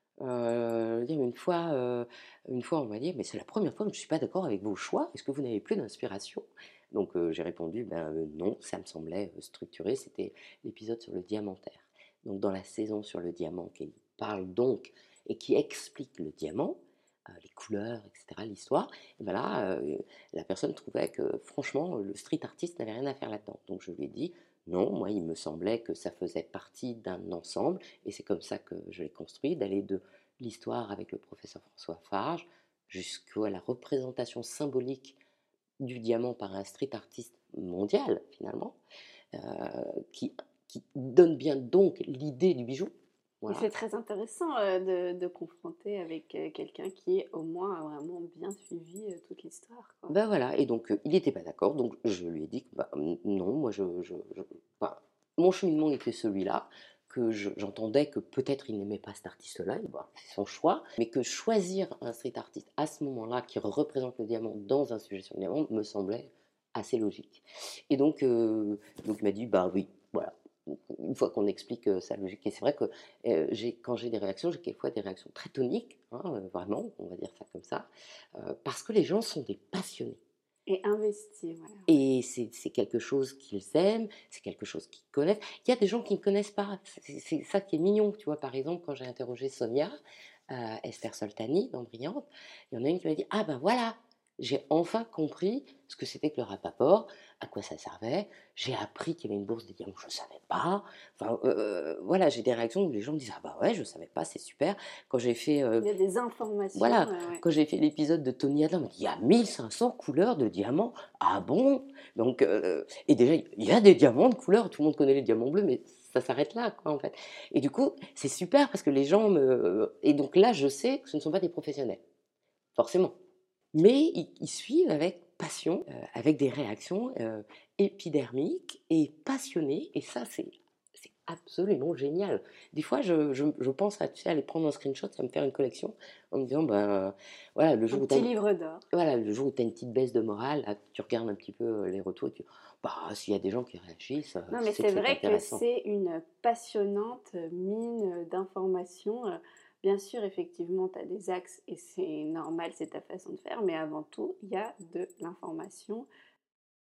[SPEAKER 2] Euh, une, fois, euh, une fois, on m'a dit, mais c'est la première fois que je ne suis pas d'accord avec vos choix, est-ce que vous n'avez plus d'inspiration? Donc euh, j'ai répondu, ben euh, non, ça me semblait structuré, c'était l'épisode sur le diamantaire. Donc dans la saison sur le diamant, qui parle donc et qui explique le diamant, euh, les couleurs, et cetera, l'histoire, et ben là, euh, la personne trouvait que franchement, le street artiste n'avait rien à faire là-dedans. Donc je lui ai dit, non, moi, il me semblait que ça faisait partie d'un ensemble, et c'est comme ça que je l'ai construit, d'aller de l'histoire avec le professeur François Farge jusqu'à la représentation symbolique du diamant par un street artiste mondial, finalement, euh, qui, qui donne bien donc l'idée du bijou.
[SPEAKER 1] Voilà. Et c'est très intéressant euh, de, de confronter avec euh, quelqu'un qui, au moins, a vraiment bien suivi euh, toute l'histoire. Quoi.
[SPEAKER 2] Ben voilà, et donc euh, il n'était pas d'accord, donc je lui ai dit que bah, non, moi je, je, je bah, mon cheminement était celui-là, que je, j'entendais que peut-être il n'aimait pas cet artiste-là, bah, c'est son choix, mais que choisir un street artiste à ce moment-là qui représente le diamant dans un sujet sur le diamant me semblait assez logique. Et donc, euh, donc il m'a dit bah oui, voilà. Une fois qu'on explique euh, sa logique, et c'est vrai que euh, j'ai, quand j'ai des réactions, j'ai quelquefois des réactions très toniques, hein, euh, vraiment, on va dire ça comme ça, euh, parce que les gens sont des passionnés.
[SPEAKER 1] Et investis, voilà.
[SPEAKER 2] Et c'est, c'est quelque chose qu'ils aiment, c'est quelque chose qu'ils connaissent. Il y a des gens qui ne connaissent pas, c'est, c'est ça qui est mignon, tu vois, par exemple, quand j'ai interrogé Sonia, euh, Esther Soltani, dans Brillante, il y en a une qui m'a dit « Ah ben voilà !» J'ai enfin compris ce que c'était que le Rapaport, à quoi ça servait. J'ai appris qu'il y avait une bourse des diamants, je ne savais pas. Enfin, euh, voilà, j'ai des réactions où les gens me disent « Ah bah ouais, je ne savais pas, c'est super. » Quand j'ai fait... Euh,
[SPEAKER 1] il y a des informations.
[SPEAKER 2] Voilà,
[SPEAKER 1] euh, ouais.
[SPEAKER 2] quand j'ai fait l'épisode de Tony Adam, il y a mille cinq cents couleurs de diamants. Ah bon? Donc, euh, et déjà, il y a des diamants de couleurs. Tout le monde connaît les diamants bleus, mais ça s'arrête là, quoi, en fait. Et du coup, c'est super parce que les gens me... Et donc là, je sais que ce ne sont pas des professionnels, forcément. Mais ils, ils suivent avec passion, euh, avec des réactions euh, épidermiques et passionnées. Et ça, c'est, c'est absolument génial. Des fois, je, je, je pense à, tu sais, aller prendre un screenshot, ça me faire une collection, en me disant, ben voilà, le jour
[SPEAKER 1] un
[SPEAKER 2] où
[SPEAKER 1] petit livre d'or.
[SPEAKER 2] Voilà, le jour où tu as une petite baisse de morale, là, tu regardes un petit peu les retours et tu bah, s'il y a des gens qui réagissent,
[SPEAKER 1] non, mais
[SPEAKER 2] c'est,
[SPEAKER 1] c'est
[SPEAKER 2] que
[SPEAKER 1] vrai
[SPEAKER 2] c'est
[SPEAKER 1] que c'est une passionnante mine d'informations. Bien sûr, effectivement, tu as des axes et c'est normal, c'est ta façon de faire, mais avant tout, il y a de l'information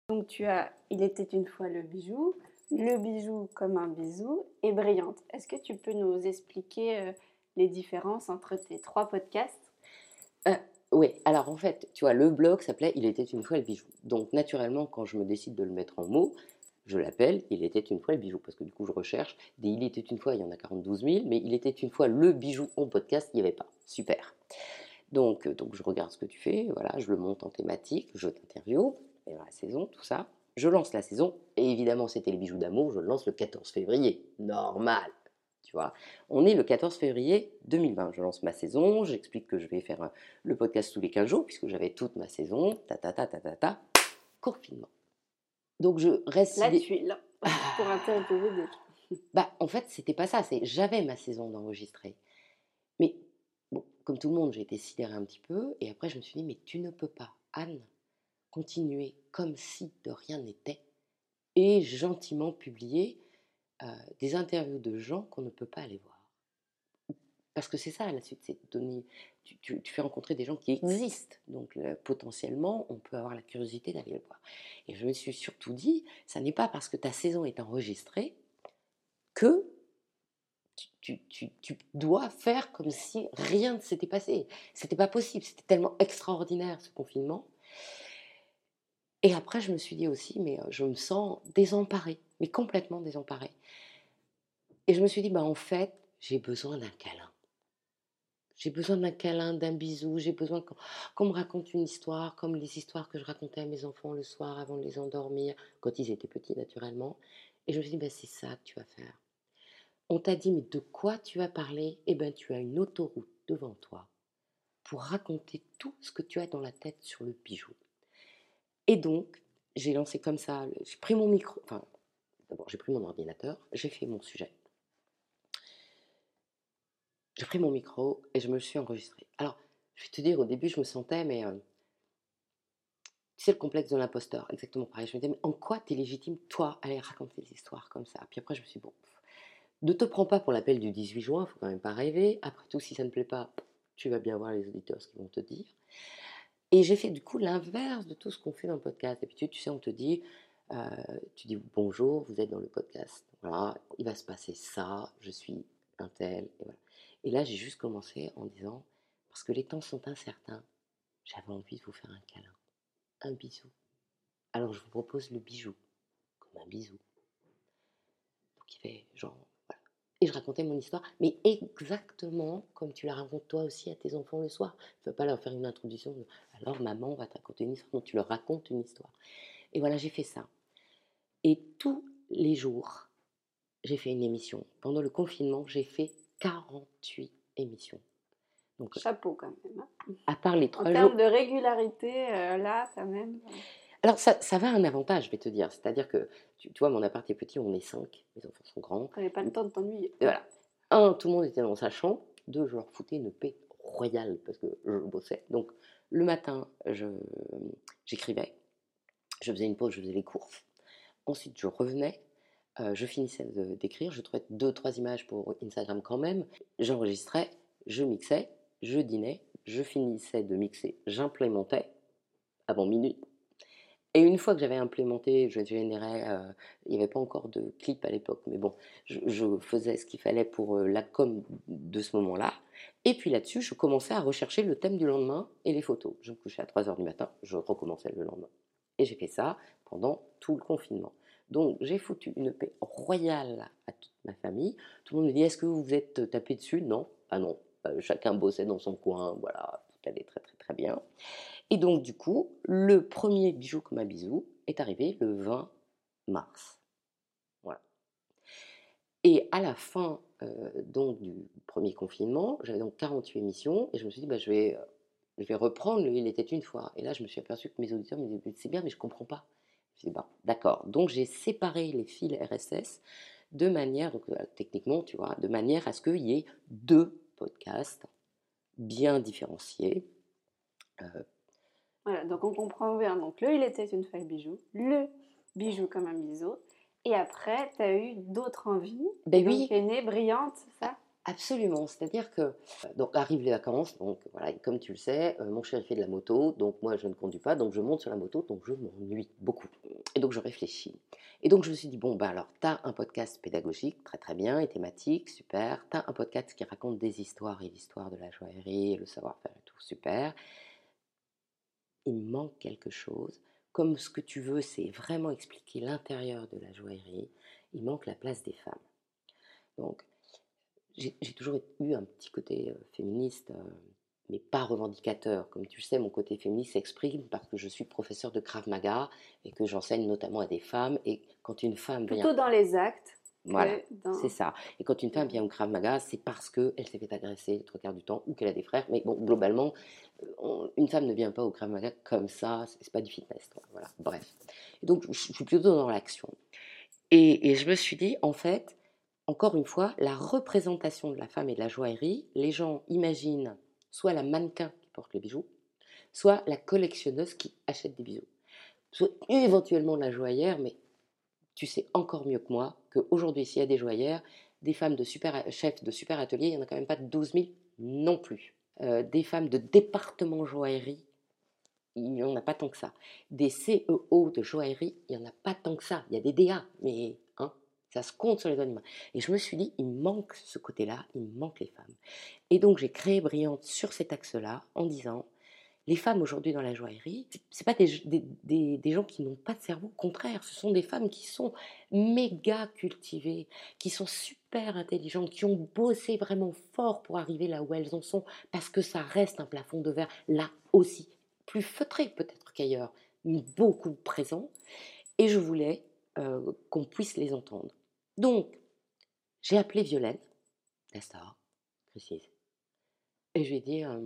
[SPEAKER 1] Donc tu as Il était une fois le bijou, le bijou comme un bisou et Brillante. Est-ce que tu peux nous expliquer euh, les différences entre tes trois podcasts?
[SPEAKER 2] Euh, oui, alors en fait, tu vois, le blog s'appelait Il était une fois le bijou. Donc naturellement, quand je me décide de le mettre en mots, je l'appelle Il était une fois le bijou. Parce que du coup, je recherche des Il était une fois, il y en a quarante-douze mille, mais Il était une fois le bijou en podcast, il n'y avait pas. Super. Donc, euh, donc je regarde ce que tu fais, voilà, je le monte en thématique, je t'interviewe, et dans la saison, tout ça. Je lance la saison, et évidemment, c'était les bijoux d'amour, je le lance le quatorze février. Normal, tu vois. On est le quatorze février deux mille vingt. Je lance ma saison, j'explique que je vais faire euh, le podcast tous les quinze jours, puisque j'avais toute ma saison, ta ta ta ta ta ta, confinement. Donc je reste...
[SPEAKER 1] La tuile pour interviewer des gens.
[SPEAKER 2] Bah, en fait, c'était pas ça, c'est j'avais ma saison d'enregistrer. Mais bon, comme tout le monde, j'ai été sidérée un petit peu, et après je me suis dit, mais tu ne peux pas, Anne, continuer comme si de rien n'était, et gentiment publier euh, des interviews de gens qu'on ne peut pas aller voir. Parce que c'est ça, la suite, c'est donner, tu, tu, tu fais rencontrer des gens qui existent, donc euh, potentiellement, on peut avoir la curiosité d'aller le voir. Et je me suis surtout dit, ça n'est pas parce que ta saison est enregistrée que Tu, tu, tu, dois faire comme si rien ne s'était passé. C'était pas possible, c'était tellement extraordinaire ce confinement. Et après, je me suis dit aussi, mais je me sens désemparée, mais complètement désemparée. Et je me suis dit, bah en fait, j'ai besoin d'un câlin. J'ai besoin d'un câlin, d'un bisou, j'ai besoin qu'on, qu'on me raconte une histoire, comme les histoires que je racontais à mes enfants le soir avant de les endormir, quand ils étaient petits naturellement. Et je me suis dit, bah, c'est ça que tu vas faire. On t'a dit, mais de quoi tu vas parler? Eh bien, tu as une autoroute devant toi pour raconter tout ce que tu as dans la tête sur le bijou. Et donc, j'ai lancé comme ça, j'ai pris mon micro, enfin, d'abord, j'ai pris mon ordinateur, j'ai fait mon sujet. J'ai pris mon micro et je me suis enregistrée. Alors, je vais te dire, au début, je me sentais, mais... Euh, tu sais, le complexe de l'imposteur, exactement pareil. Je me disais, mais en quoi t'es légitime, toi, à aller raconter des histoires comme ça? Puis après, je me suis dit, bon, ne te prends pas pour l'appel du dix-huit juin, il ne faut quand même pas rêver. Après tout, si ça ne plaît pas, tu vas bien voir les auditeurs ce qu'ils vont te dire. Et j'ai fait du coup l'inverse de tout ce qu'on fait dans le podcast. D'habitude, tu sais, on te dit, euh, tu dis bonjour, vous êtes dans le podcast. Voilà, il va se passer ça, je suis un tel, et voilà. Et là, j'ai juste commencé en disant, parce que les temps sont incertains, j'avais envie de vous faire un câlin, un bisou. Alors, je vous propose le bijou, comme un bisou. Donc, il fait genre... Et je racontais mon histoire, mais exactement comme tu la racontes toi aussi à tes enfants le soir. Tu ne vas pas leur faire une introduction, de, alors maman va te raconter une histoire, non, tu leur racontes une histoire. Et voilà, j'ai fait ça. Et tous les jours, j'ai fait une émission. Pendant le confinement, j'ai fait quarante-huit émissions.
[SPEAKER 1] Donc, chapeau quand même. Hein.
[SPEAKER 2] À part les trois
[SPEAKER 1] jours... En
[SPEAKER 2] jours...
[SPEAKER 1] termes de régularité, euh, là, quand même...
[SPEAKER 2] Alors, ça, ça va un avantage, je vais te dire. C'est-à-dire que, tu, tu vois, mon appart est petit, on est cinq, mes enfants sont grands.
[SPEAKER 1] Tu n'avais pas le temps de t'ennuyer.
[SPEAKER 2] Et voilà. Un, tout le monde était dans sa chambre. Deux, je leur foutais une paix royale parce que je bossais. Donc, le matin, je, j'écrivais. Je faisais une pause, je faisais les courses. Ensuite, je revenais. Euh, je finissais de, d'écrire. Je trouvais deux, trois images pour Instagram quand même. J'enregistrais, je mixais, je dînais. Je finissais de mixer, j'implémentais avant minuit. Et une fois que j'avais implémenté, je générais, euh, il n'y avait pas encore de clip à l'époque, mais bon, je, je faisais ce qu'il fallait pour euh, la com de ce moment-là. Et puis là-dessus, je commençais à rechercher le thème du lendemain et les photos. Je me couchais à trois heures du matin, je recommençais le lendemain. Et j'ai fait ça pendant tout le confinement. Donc j'ai foutu une paix royale à toute ma famille. Tout le monde me dit, est-ce que vous vous êtes tapé dessus? Non, ah non, euh, chacun bossait dans son coin, voilà, tout allait très très très bien. Et donc, du coup, le premier bijou comme un bisou est arrivé le vingt mars. Voilà. Et à la fin euh, donc, du premier confinement, j'avais donc quarante-huit émissions et je me suis dit, bah, je, vais, euh, je vais reprendre le Il était une fois. Et là, je me suis aperçu que mes auditeurs me disaient, c'est bien, mais je ne comprends pas. Je me suis dit, bah, d'accord. Donc, j'ai séparé les fils R S S de manière, donc, euh, techniquement, tu vois, de manière à ce qu'il y ait deux podcasts bien différenciés. Euh,
[SPEAKER 1] Voilà, donc on comprend bien. Donc le Il était une fois le bijou, le bijou comme un bisou. Et après, tu as eu d'autres envies.
[SPEAKER 2] Ben
[SPEAKER 1] et
[SPEAKER 2] oui.
[SPEAKER 1] donc est née Brillante, c'est ça?
[SPEAKER 2] Absolument, c'est-à-dire que euh, donc arrivent les vacances, donc voilà, et comme tu le sais, euh, mon chéri fait de la moto, donc moi je ne conduis pas, donc je monte sur la moto, donc je m'ennuie beaucoup. Et donc je réfléchis. Et donc je me suis dit, bon, bah alors, t'as un podcast pédagogique, très très bien, et thématique, super. T'as un podcast qui raconte des histoires et l'histoire de la joaillerie, le savoir-faire et tout, super. Il me manque quelque chose. Comme ce que tu veux, c'est vraiment expliquer l'intérieur de la joaillerie, il manque la place des femmes. Donc, j'ai j'ai toujours eu un petit côté euh, féministe, euh, mais pas revendicateur. Comme tu le sais, mon côté féministe s'exprime parce que je suis professeur de Krav Maga et que j'enseigne notamment à des femmes. Et quand une femme vient,
[SPEAKER 1] Plutôt dans les actes
[SPEAKER 2] voilà,
[SPEAKER 1] que
[SPEAKER 2] c'est
[SPEAKER 1] dans...
[SPEAKER 2] ça. Et quand une femme vient au Krav Maga, c'est parce qu'elle s'est fait agresser le trois quarts du temps ou qu'elle a des frères. Mais bon, globalement, euh, on- une femme ne vient pas au Krav Maga comme ça. C'est c'est pas du fitness, quoi. Voilà, bref. Et donc, je je suis plutôt dans l'action. Et, et je me suis dit, en fait, encore une fois, la représentation de la femme et de la joaillerie, les gens imaginent soit la mannequin qui porte les bijoux, soit la collectionneuse qui achète des bijoux, soit éventuellement la joaillère, mais tu sais encore mieux que moi qu'aujourd'hui, s'il y a des joaillères, des femmes de super, chefs de super ateliers, il n'y en a quand même pas douze mille non plus. Euh, des femmes de département joaillerie, il n'y en a pas tant que ça. Des C E O de joaillerie, il n'y en a pas tant que ça. Il y a des D A, mais hein, ça se compte sur les doigts d'une main. Et je me suis dit, il me manque ce côté-là, il me manque les femmes. Et donc j'ai créé Brillante sur cet axe-là en disant, les femmes aujourd'hui dans la joaillerie, c'est pas des, des, des, des gens qui n'ont pas de cerveau, au contraire, ce sont des femmes qui sont méga cultivées, qui sont super intelligentes, qui ont bossé vraiment fort pour arriver là où elles en sont, parce que ça reste un plafond de verre là aussi, plus feutré peut-être qu'ailleurs, mais beaucoup présent, et je voulais euh, qu'on puisse les entendre. Donc, j'ai appelé Violaine, la star, précise, et je lui ai dit, euh,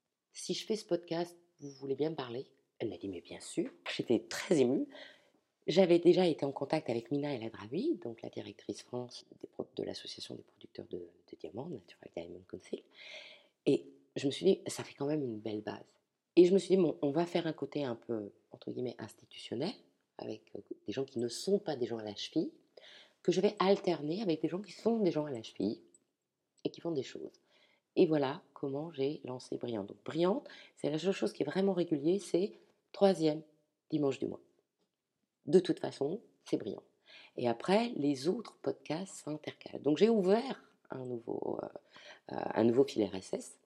[SPEAKER 2] si je fais ce podcast, vous voulez bien me parler? Elle m'a dit, mais bien sûr. J'étais très émue. J'avais déjà été en contact avec Mina El Adraoui, donc la directrice France des pro- de l'association des producteurs de, de diamants, Natural Diamond Council. Et je me suis dit, ça fait quand même une belle base. Et je me suis dit, bon, on va faire un côté un peu, entre guillemets, institutionnel, avec euh, des gens qui ne sont pas des gens à la cheville, que je vais alterner avec des gens qui sont des gens à la cheville et qui font des choses. Et voilà comment j'ai lancé Brillante. Donc Brillante, c'est la seule chose qui est vraiment régulier, c'est troisième dimanche du mois. De toute façon, c'est Brillant. Et après, les autres podcasts s'intercalent. Donc j'ai ouvert un nouveau, euh, euh, un nouveau fil R S S.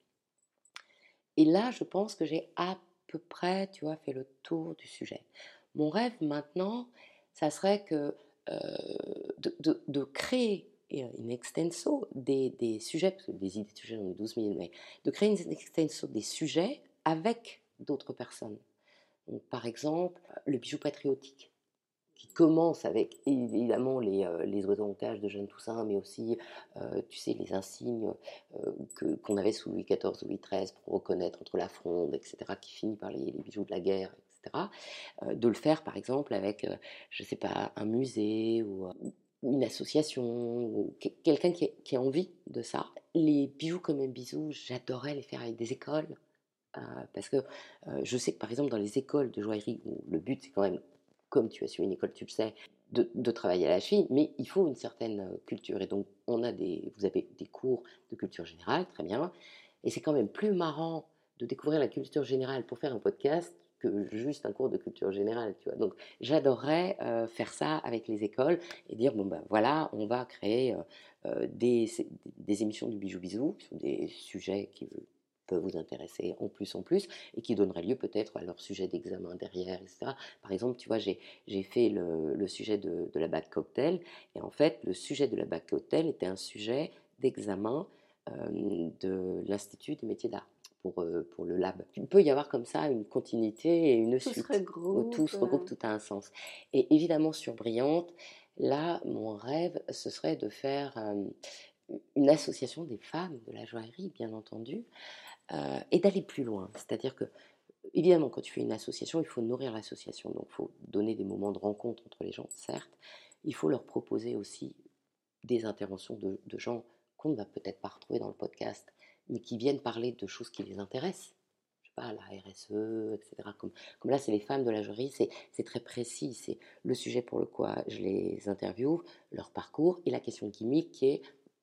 [SPEAKER 2] Et là, je pense que j'ai à peu près, tu vois, fait le tour du sujet. Mon rêve maintenant, ça serait que euh, de, de, de créer une extenso des, des sujets, parce que des idées de sujets, j'en ai douze mille, mais de créer une extenso des sujets avec d'autres personnes. Donc, par exemple, le bijou patriotique, qui commence avec évidemment les, euh, les oiseaux en cage de Jeanne Toussaint, mais aussi, euh, tu sais, les insignes euh, que, qu'on avait sous Louis quatorze, Louis treize pour reconnaître entre la fronde, et cetera, qui finit par les, les bijoux de la guerre, et cetera. Euh, de le faire, par exemple, avec, euh, je ne sais pas, un musée ou euh, une association, ou que- quelqu'un qui, qui a envie de ça. Les bijoux comme un bisou, j'adorais les faire avec des écoles. Euh, parce que euh, je sais que par exemple dans les écoles de joaillerie, où le but c'est quand même, comme tu as suivi une école, tu le sais, de, de travailler à la cheville, mais il faut une certaine euh, culture. Et donc on a des, vous avez des cours de culture générale, très bien, et c'est quand même plus marrant de découvrir la culture générale pour faire un podcast que juste un cours de culture générale, tu vois. Donc j'adorerais euh, faire ça avec les écoles et dire, bon ben voilà, on va créer euh, euh, des, des émissions du Bijou Bisou sur des sujets qui peuvent vous intéresser en plus en plus et qui donneraient lieu peut-être à leur sujet d'examen derrière, et cetera. Par exemple, tu vois, j'ai, j'ai fait le, le sujet de, de la bac cocktail et en fait, le sujet de la bac cocktail était un sujet d'examen euh, de l'Institut des métiers d'art. Pour, euh, pour le lab. Il peut y avoir comme ça une continuité et une
[SPEAKER 1] Tout se
[SPEAKER 2] suite, où tout
[SPEAKER 1] regroupe.
[SPEAKER 2] se
[SPEAKER 1] euh,
[SPEAKER 2] regroupe, tout a un sens. Et évidemment, sur Brillante, là, mon rêve, ce serait de faire euh, une association des femmes de la joaillerie, bien entendu, euh, et d'aller plus loin. C'est-à-dire que, évidemment, quand tu fais une association, il faut nourrir l'association. Donc, il faut donner des moments de rencontre entre les gens, certes. Il faut leur proposer aussi des interventions de, de gens qu'on ne va peut-être pas retrouver dans le podcast, mais qui viennent parler de choses qui les intéressent. Je sais pas, la R S E, et cetera. Comme, comme là, c'est les femmes de la joaillerie, c'est, c'est très précis. C'est le sujet pour le quoi je les interviewe, leur parcours, et la question gimmick qui est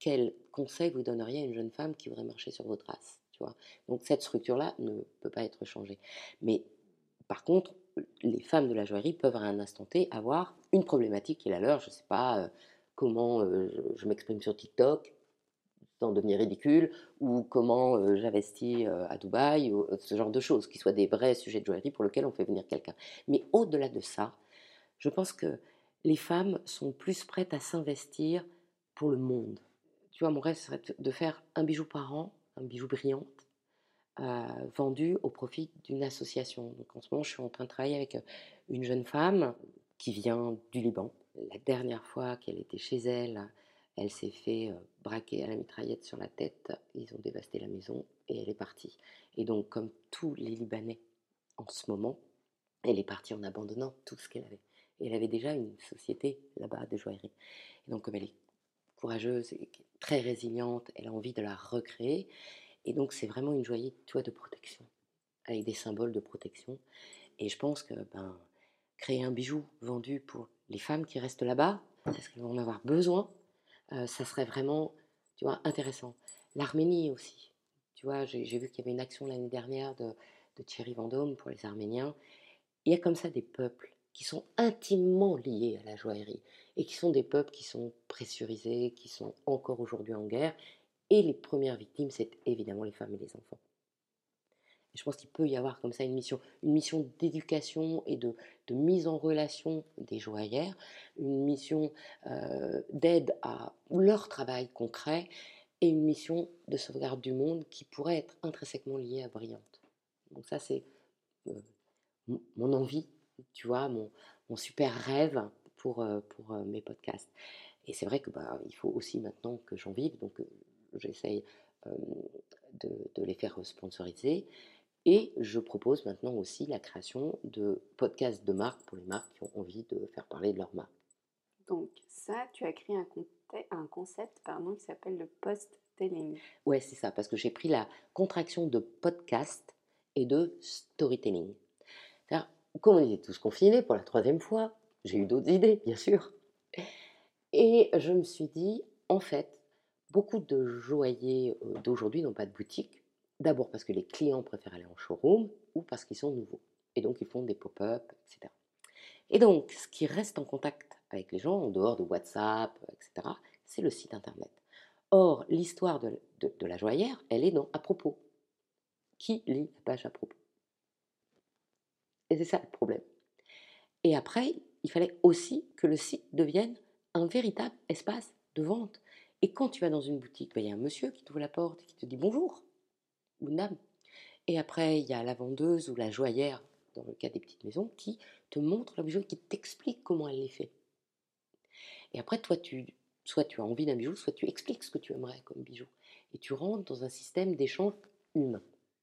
[SPEAKER 2] quel conseil vous donneriez à une jeune femme qui voudrait marcher sur vos traces, tu vois? Donc cette structure-là ne peut pas être changée. Mais par contre, les femmes de la joaillerie peuvent à un instant T avoir une problématique qui est la leur. Je ne sais pas euh, comment euh, je, je m'exprime sur TikTok sans devenir ridicule, ou comment euh, j'investis euh, à Dubaï, ou euh, ce genre de choses, qui soient des vrais sujets de joaillerie pour lesquels on fait venir quelqu'un. Mais au-delà de ça, je pense que les femmes sont plus prêtes à s'investir pour le monde. Tu vois, mon rêve serait de faire un bijou par an, un bijou brillant, euh, vendu au profit d'une association. Donc en ce moment, je suis en train de travailler avec une jeune femme qui vient du Liban. La dernière fois qu'elle était chez elle, elle s'est fait euh, braquer à la mitraillette sur la tête. Ils ont dévasté la maison et elle est partie. Et donc, comme tous les Libanais en ce moment, elle est partie en abandonnant tout ce qu'elle avait. Et elle avait déjà une société là-bas de joaillerie. Et donc, comme elle est courageuse et très résiliente, elle a envie de la recréer. Et donc, c'est vraiment une joaillerie, tu vois, de protection, avec des symboles de protection. Et je pense que ben, créer un bijou vendu pour les femmes qui restent là-bas, parce qu'elles vont en avoir besoin, euh, ça serait vraiment, tu vois, intéressant. L'Arménie aussi. Tu vois, j'ai, j'ai vu qu'il y avait une action l'année dernière de, de Thierry Vendôme pour les Arméniens. Il y a comme ça des peuples qui sont intimement liés à la joaillerie et qui sont des peuples qui sont pressurisés, qui sont encore aujourd'hui en guerre. Et les premières victimes, c'est évidemment les femmes et les enfants. Et je pense qu'il peut y avoir comme ça une mission, une mission d'éducation et de, de mise en relation des joaillères, une mission euh, d'aide à leur travail concret et une mission de sauvegarde du monde qui pourrait être intrinsèquement liée à Brillante. Donc ça, c'est euh, mon, mon envie, tu vois, mon, mon super rêve pour, euh, pour euh, mes podcasts. Et c'est vrai que bah, il faut aussi maintenant que j'en vive, donc euh, j'essaye euh, de, de les faire sponsoriser. Et je propose maintenant aussi la création de podcasts de marque pour les marques qui ont envie de faire parler de leur marque.
[SPEAKER 1] Donc ça, tu as créé un, conte- un concept pardon, qui s'appelle le post-telling.
[SPEAKER 2] Ouais, c'est ça, parce que j'ai pris la contraction de podcast et de storytelling. C'est-à-dire, comme on était tous confinés pour la troisième fois, j'ai eu d'autres idées, bien sûr. Et je me suis dit, en fait, beaucoup de joailliers euh, d'aujourd'hui n'ont pas de boutique. D'abord parce que les clients préfèrent aller en showroom ou parce qu'ils sont nouveaux. Et donc, ils font des pop-up, et cetera. Et donc, ce qui reste en contact avec les gens, en dehors de WhatsApp, et cetera, c'est le site internet. Or, l'histoire de, de, de la joaillère, elle est dans à propos. Qui lit la page à propos? Et c'est ça le problème. Et après, il fallait aussi que le site devienne un véritable espace de vente. Et quand tu vas dans une boutique, ben, il y a un monsieur qui t'ouvre la porte et qui te dit bonjour, ou une dame. Et après, il y a la vendeuse ou la joaillère, dans le cas des petites maisons, qui te montre le bijou, qui t'explique comment elle les fait. Et après, toi, tu, soit tu as envie d'un bijou, soit tu expliques ce que tu aimerais comme bijou. Et tu rentres dans un système d'échange humain.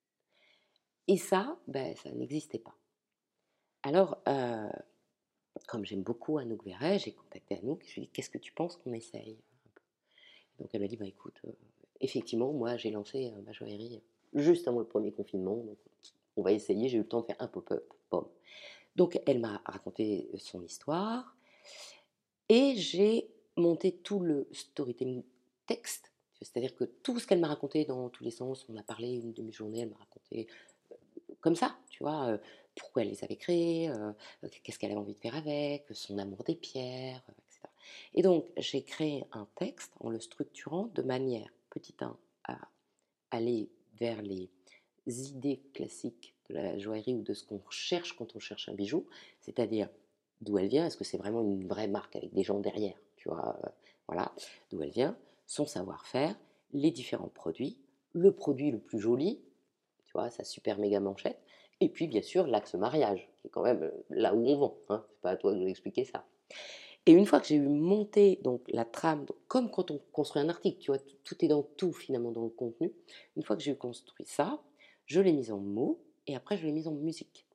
[SPEAKER 2] Et ça, ben, ça n'existait pas. Alors, euh, comme j'aime beaucoup Anouk Verret, j'ai contacté Anouk et je lui ai dit qu'est-ce que tu penses qu'on essaye? Donc elle m'a dit bah écoute, euh, effectivement, moi j'ai lancé euh, ma joaillerie juste avant le premier confinement, donc on va essayer, j'ai eu le temps de faire un pop-up. Bon. Donc elle m'a raconté son histoire et j'ai monté tout le storytelling texte, c'est-à-dire que tout ce qu'elle m'a raconté dans tous les sens, on a parlé une demi-journée, elle m'a raconté comme ça, tu vois, euh, pourquoi elle les avait créés, euh, qu'est-ce qu'elle avait envie de faire avec, son amour des pierres, euh, et cetera. Et donc, j'ai créé un texte en le structurant de manière, petit un, à aller vers les idées classiques de la joaillerie ou de ce qu'on cherche quand on cherche un bijou, c'est-à-dire d'où elle vient, est-ce que c'est vraiment une vraie marque avec des gens derrière, tu vois, euh, voilà, d'où elle vient, son savoir-faire, les différents produits, le produit le plus joli, tu vois, sa super méga manchette, et puis bien sûr l'axe mariage, qui est quand même là où on vend, hein, c'est pas à toi de nous expliquer ça. Et une fois que j'ai eu monté donc, la trame, donc, comme quand on construit un article, tu vois, tout, tout est dans tout finalement dans le contenu, une fois que j'ai eu construit ça, je l'ai mise en mots, et après je l'ai mise en musique.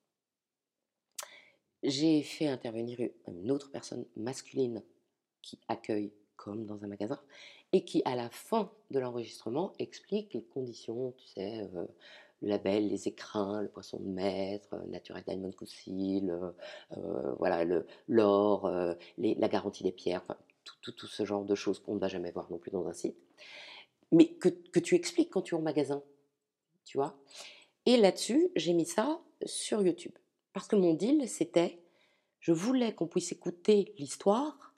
[SPEAKER 2] J'ai fait intervenir une autre personne masculine qui accueille comme dans un magasin, et qui, à la fin de l'enregistrement, explique les conditions, tu sais, euh, le label, les écrins, le poisson de maître, euh, Natural Diamond Council, euh, euh, voilà, le, l'or, euh, les, la garantie des pierres, enfin, tout, tout, tout ce genre de choses qu'on ne va jamais voir non plus dans un site, mais que, que tu expliques quand tu es en magasin, tu vois. Et là-dessus, j'ai mis ça sur YouTube. Parce que mon deal, c'était, je voulais qu'on puisse écouter l'histoire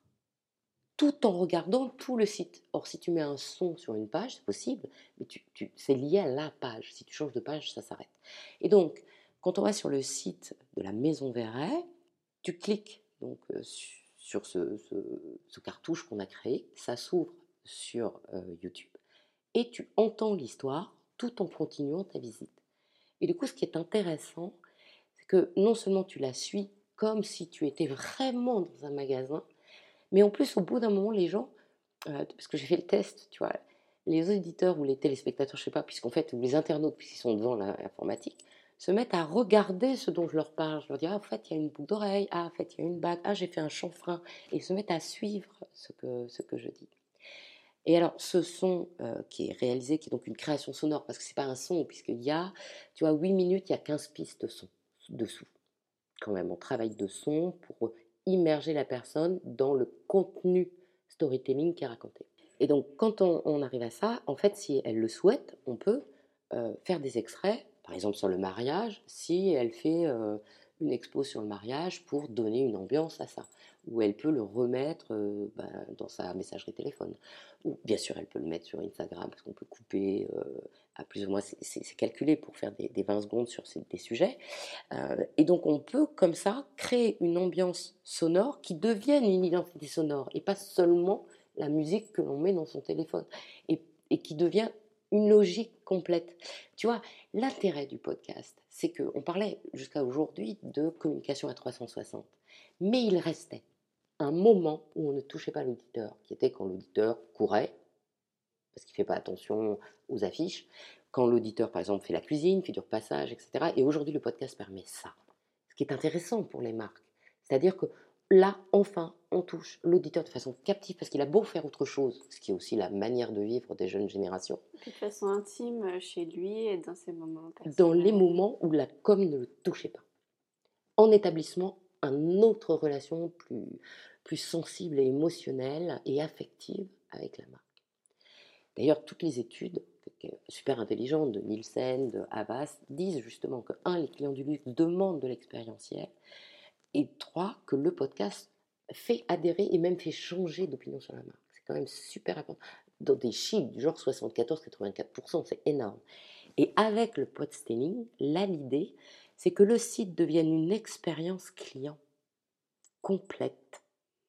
[SPEAKER 2] tout en regardant tout le site. Or, si tu mets un son sur une page, c'est possible, mais tu, tu, c'est lié à la page. Si tu changes de page, ça s'arrête. Et donc, quand on va sur le site de la Maison Verret, tu cliques donc, euh, sur ce, ce, ce cartouche qu'on a créé, ça s'ouvre sur euh, YouTube, et tu entends l'histoire tout en continuant ta visite. Et du coup, ce qui est intéressant, c'est que non seulement tu la suis comme si tu étais vraiment dans un magasin, mais en plus, au bout d'un moment, les gens, euh, parce que j'ai fait le test, tu vois, les auditeurs ou les téléspectateurs, je ne sais pas, puisqu'en fait, ou les internautes, puisqu'ils sont devant l'informatique, se mettent à regarder ce dont je leur parle. Je leur dis, ah, en fait, il y a une boucle d'oreille, ah, en fait, il y a une bague, ah, j'ai fait un chanfrein. Et ils se mettent à suivre ce que, ce que je dis. Et alors, ce son euh, qui est réalisé, qui est donc une création sonore, parce que ce n'est pas un son, puisqu'il y a, tu vois, huit minutes, il y a quinze pistes de son dessous. Quand même, on travaille de son pour immerger la personne dans le contenu storytelling qui est raconté. Et donc, quand on, on arrive à ça, en fait, si elle le souhaite, on peut euh, faire des extraits, par exemple sur le mariage, si elle fait euh, une expo sur le mariage pour donner une ambiance à ça, ou elle peut le remettre euh, ben, dans sa messagerie téléphone, ou bien sûr, elle peut le mettre sur Instagram, parce qu'on peut couper euh, à plus ou moins, c'est, c'est, c'est calculé pour faire des, des vingt secondes sur ces, des sujets. Euh, et donc on peut comme ça créer une ambiance sonore qui devienne une identité sonore et pas seulement la musique que l'on met dans son téléphone et, et qui devient une logique complète. Tu vois, l'intérêt du podcast, c'est qu'on parlait jusqu'à aujourd'hui de communication à trois cent soixante, mais il restait un moment où on ne touchait pas l'auditeur, qui était quand l'auditeur courait, parce qu'il ne fait pas attention aux affiches, quand l'auditeur, par exemple, fait la cuisine, fait du repassage, et cetera. Et aujourd'hui, le podcast permet ça. Ce qui est intéressant pour les marques. C'est-à-dire que là, enfin, on touche l'auditeur de façon captive, parce qu'il a beau faire autre chose, ce qui est aussi la manière de vivre des jeunes générations.
[SPEAKER 1] De façon intime, chez lui et dans ses moments personnels.
[SPEAKER 2] Dans les moments où la com ne le touchait pas. En établissement, une autre relation plus, plus sensible et émotionnelle et affective avec la marque. D'ailleurs, toutes les études super intelligentes de Nielsen, de Havas, disent justement que, un, les clients du luxe demandent de l'expérientiel, et trois, que le podcast fait adhérer et même fait changer d'opinion sur la marque. C'est quand même super important. Dans des chiffres du genre soixante-quatorze à quatre-vingt-quatre pour cent, c'est énorme. Et avec le podstelling, là, l'idée, c'est que le site devienne une expérience client complète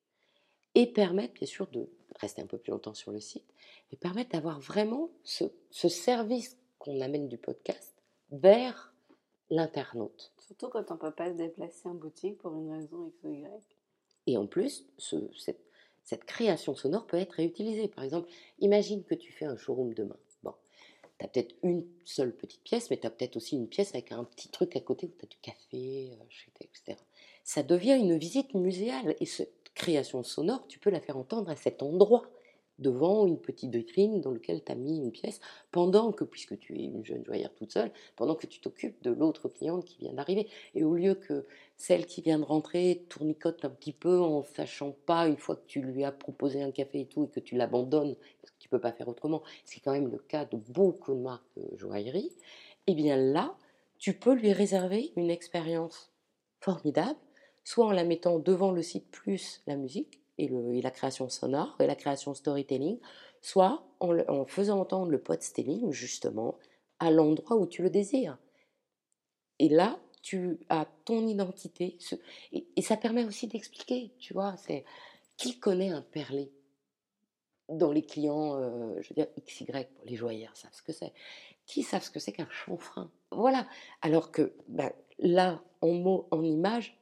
[SPEAKER 2] et permette, bien sûr, de rester un peu plus longtemps sur le site, et permettre d'avoir vraiment ce, ce service qu'on amène du podcast vers l'internaute.
[SPEAKER 1] Surtout quand on ne peut pas se déplacer en boutique pour une raison X ou Y.
[SPEAKER 2] Et en plus, ce, cette, cette création sonore peut être réutilisée. Par exemple, imagine que tu fais un showroom demain. Bon, tu as peut-être une seule petite pièce, mais tu as peut-être aussi une pièce avec un petit truc à côté où tu as du café, et cetera. Ça devient une visite muséale. Et cette création sonore, tu peux la faire entendre à cet endroit, devant une petite vitrine dans laquelle tu as mis une pièce, pendant que, puisque tu es une jeune joaillière toute seule, pendant que tu t'occupes de l'autre cliente qui vient d'arriver. Et au lieu que celle qui vient de rentrer tournicote un petit peu en sachant pas, une fois que tu lui as proposé un café et tout, et que tu l'abandonnes, parce que tu ne peux pas faire autrement, ce qui est quand même le cas de beaucoup de marques de joaillerie, et bien là, tu peux lui réserver une expérience formidable, soit en la mettant devant le site plus la musique, Et, le, et la création sonore, et la création storytelling, soit en, en faisant entendre le podstelling, justement, à l'endroit où tu le désires. Et là, tu as ton identité, ce, et, et ça permet aussi d'expliquer, tu vois, c'est qui connaît un perlé dans les clients, euh, je veux dire, X Y, pour les joaillières savent ce que c'est. Qui savent ce que c'est qu'un chanfrein? Voilà. Alors que ben, là, en mots, en images,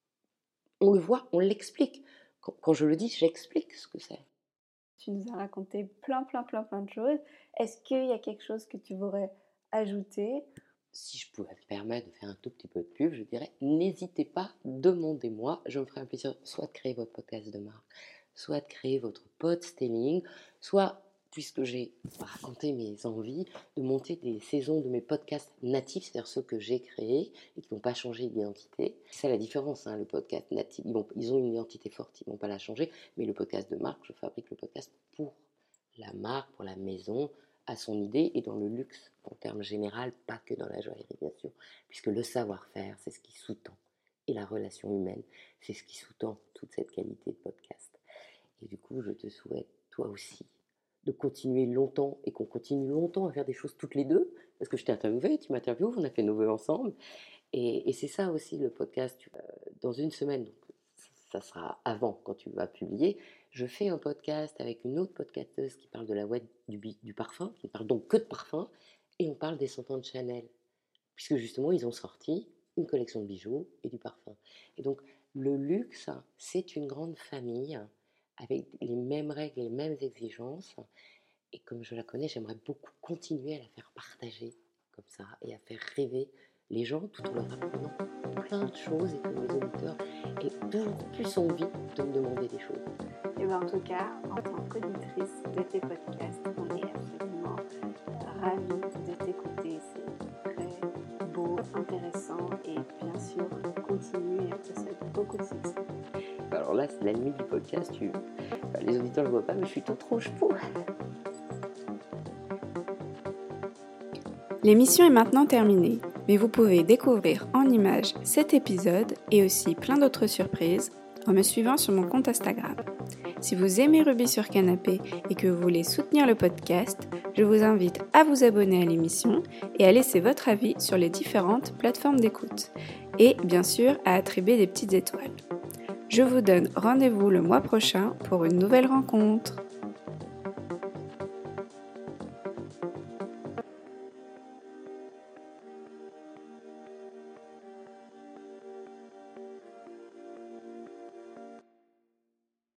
[SPEAKER 2] on le voit, on l'explique. Quand, quand je le dis, j'explique ce que c'est.
[SPEAKER 1] Tu nous as raconté plein, plein, plein, plein de choses. Est-ce qu'il y a quelque chose que tu voudrais ajouter?
[SPEAKER 2] Si je pouvais me permettre de faire un tout petit peu de pub, je dirais, n'hésitez pas, demandez-moi. Je me ferai un plaisir soit de créer votre podcast de marque, soit de créer votre podstelling, soit puisque j'ai raconté mes envies, de monter des saisons de mes podcasts natifs, c'est-à-dire ceux que j'ai créés et qui n'ont pas changé d'identité. C'est ça la différence, hein, le podcast natif. Ils, vont, ils ont une identité forte, ils ne vont pas la changer, mais le podcast de marque, je fabrique le podcast pour la marque, pour la maison, à son idée et dans le luxe, en termes généraux, pas que dans la joaillerie, bien sûr, puisque le savoir-faire, c'est ce qui sous-tend. Et la relation humaine, c'est ce qui sous-tend toute cette qualité de podcast. Et du coup, je te souhaite, toi aussi, de continuer longtemps et qu'on continue longtemps à faire des choses toutes les deux, parce que je t'ai interviewé, tu m'interviewes, on a fait nos vœux ensemble. Et, et c'est ça aussi le podcast. Euh, dans une semaine, donc ça sera avant quand tu vas publier, je fais un podcast avec une autre podcasteuse qui parle de la web du, du parfum, qui ne parle donc que de parfum, et on parle des cent ans de Chanel, puisque justement ils ont sorti une collection de bijoux et du parfum. Et donc le luxe, c'est une grande famille avec les mêmes règles, les mêmes exigences. Et comme je la connais, j'aimerais beaucoup continuer à la faire partager comme ça et à faire rêver les gens tout en leur apprenant plein de choses et que mes auditeurs aient toujours plus envie de me demander des choses.
[SPEAKER 1] Et bien en tout cas, en tant qu'auditrice de tes podcasts, on est absolument ravis de t'écouter. C'est très beau, intéressant et bien sûr, continue et on te souhaite beaucoup de succès.
[SPEAKER 2] Alors là, c'est la limite du podcast. Tu... Enfin, les auditeurs ne le voient pas, mais je suis toute rouge pour.
[SPEAKER 1] L'émission est maintenant terminée, mais vous pouvez découvrir en images cet épisode et aussi plein d'autres surprises en me suivant sur mon compte Instagram. Si vous aimez Rubis sur Canapé et que vous voulez soutenir le podcast, je vous invite à vous abonner à l'émission et à laisser votre avis sur les différentes plateformes d'écoute. Et bien sûr, à attribuer des petites étoiles. Je vous donne rendez-vous le mois prochain pour une nouvelle rencontre.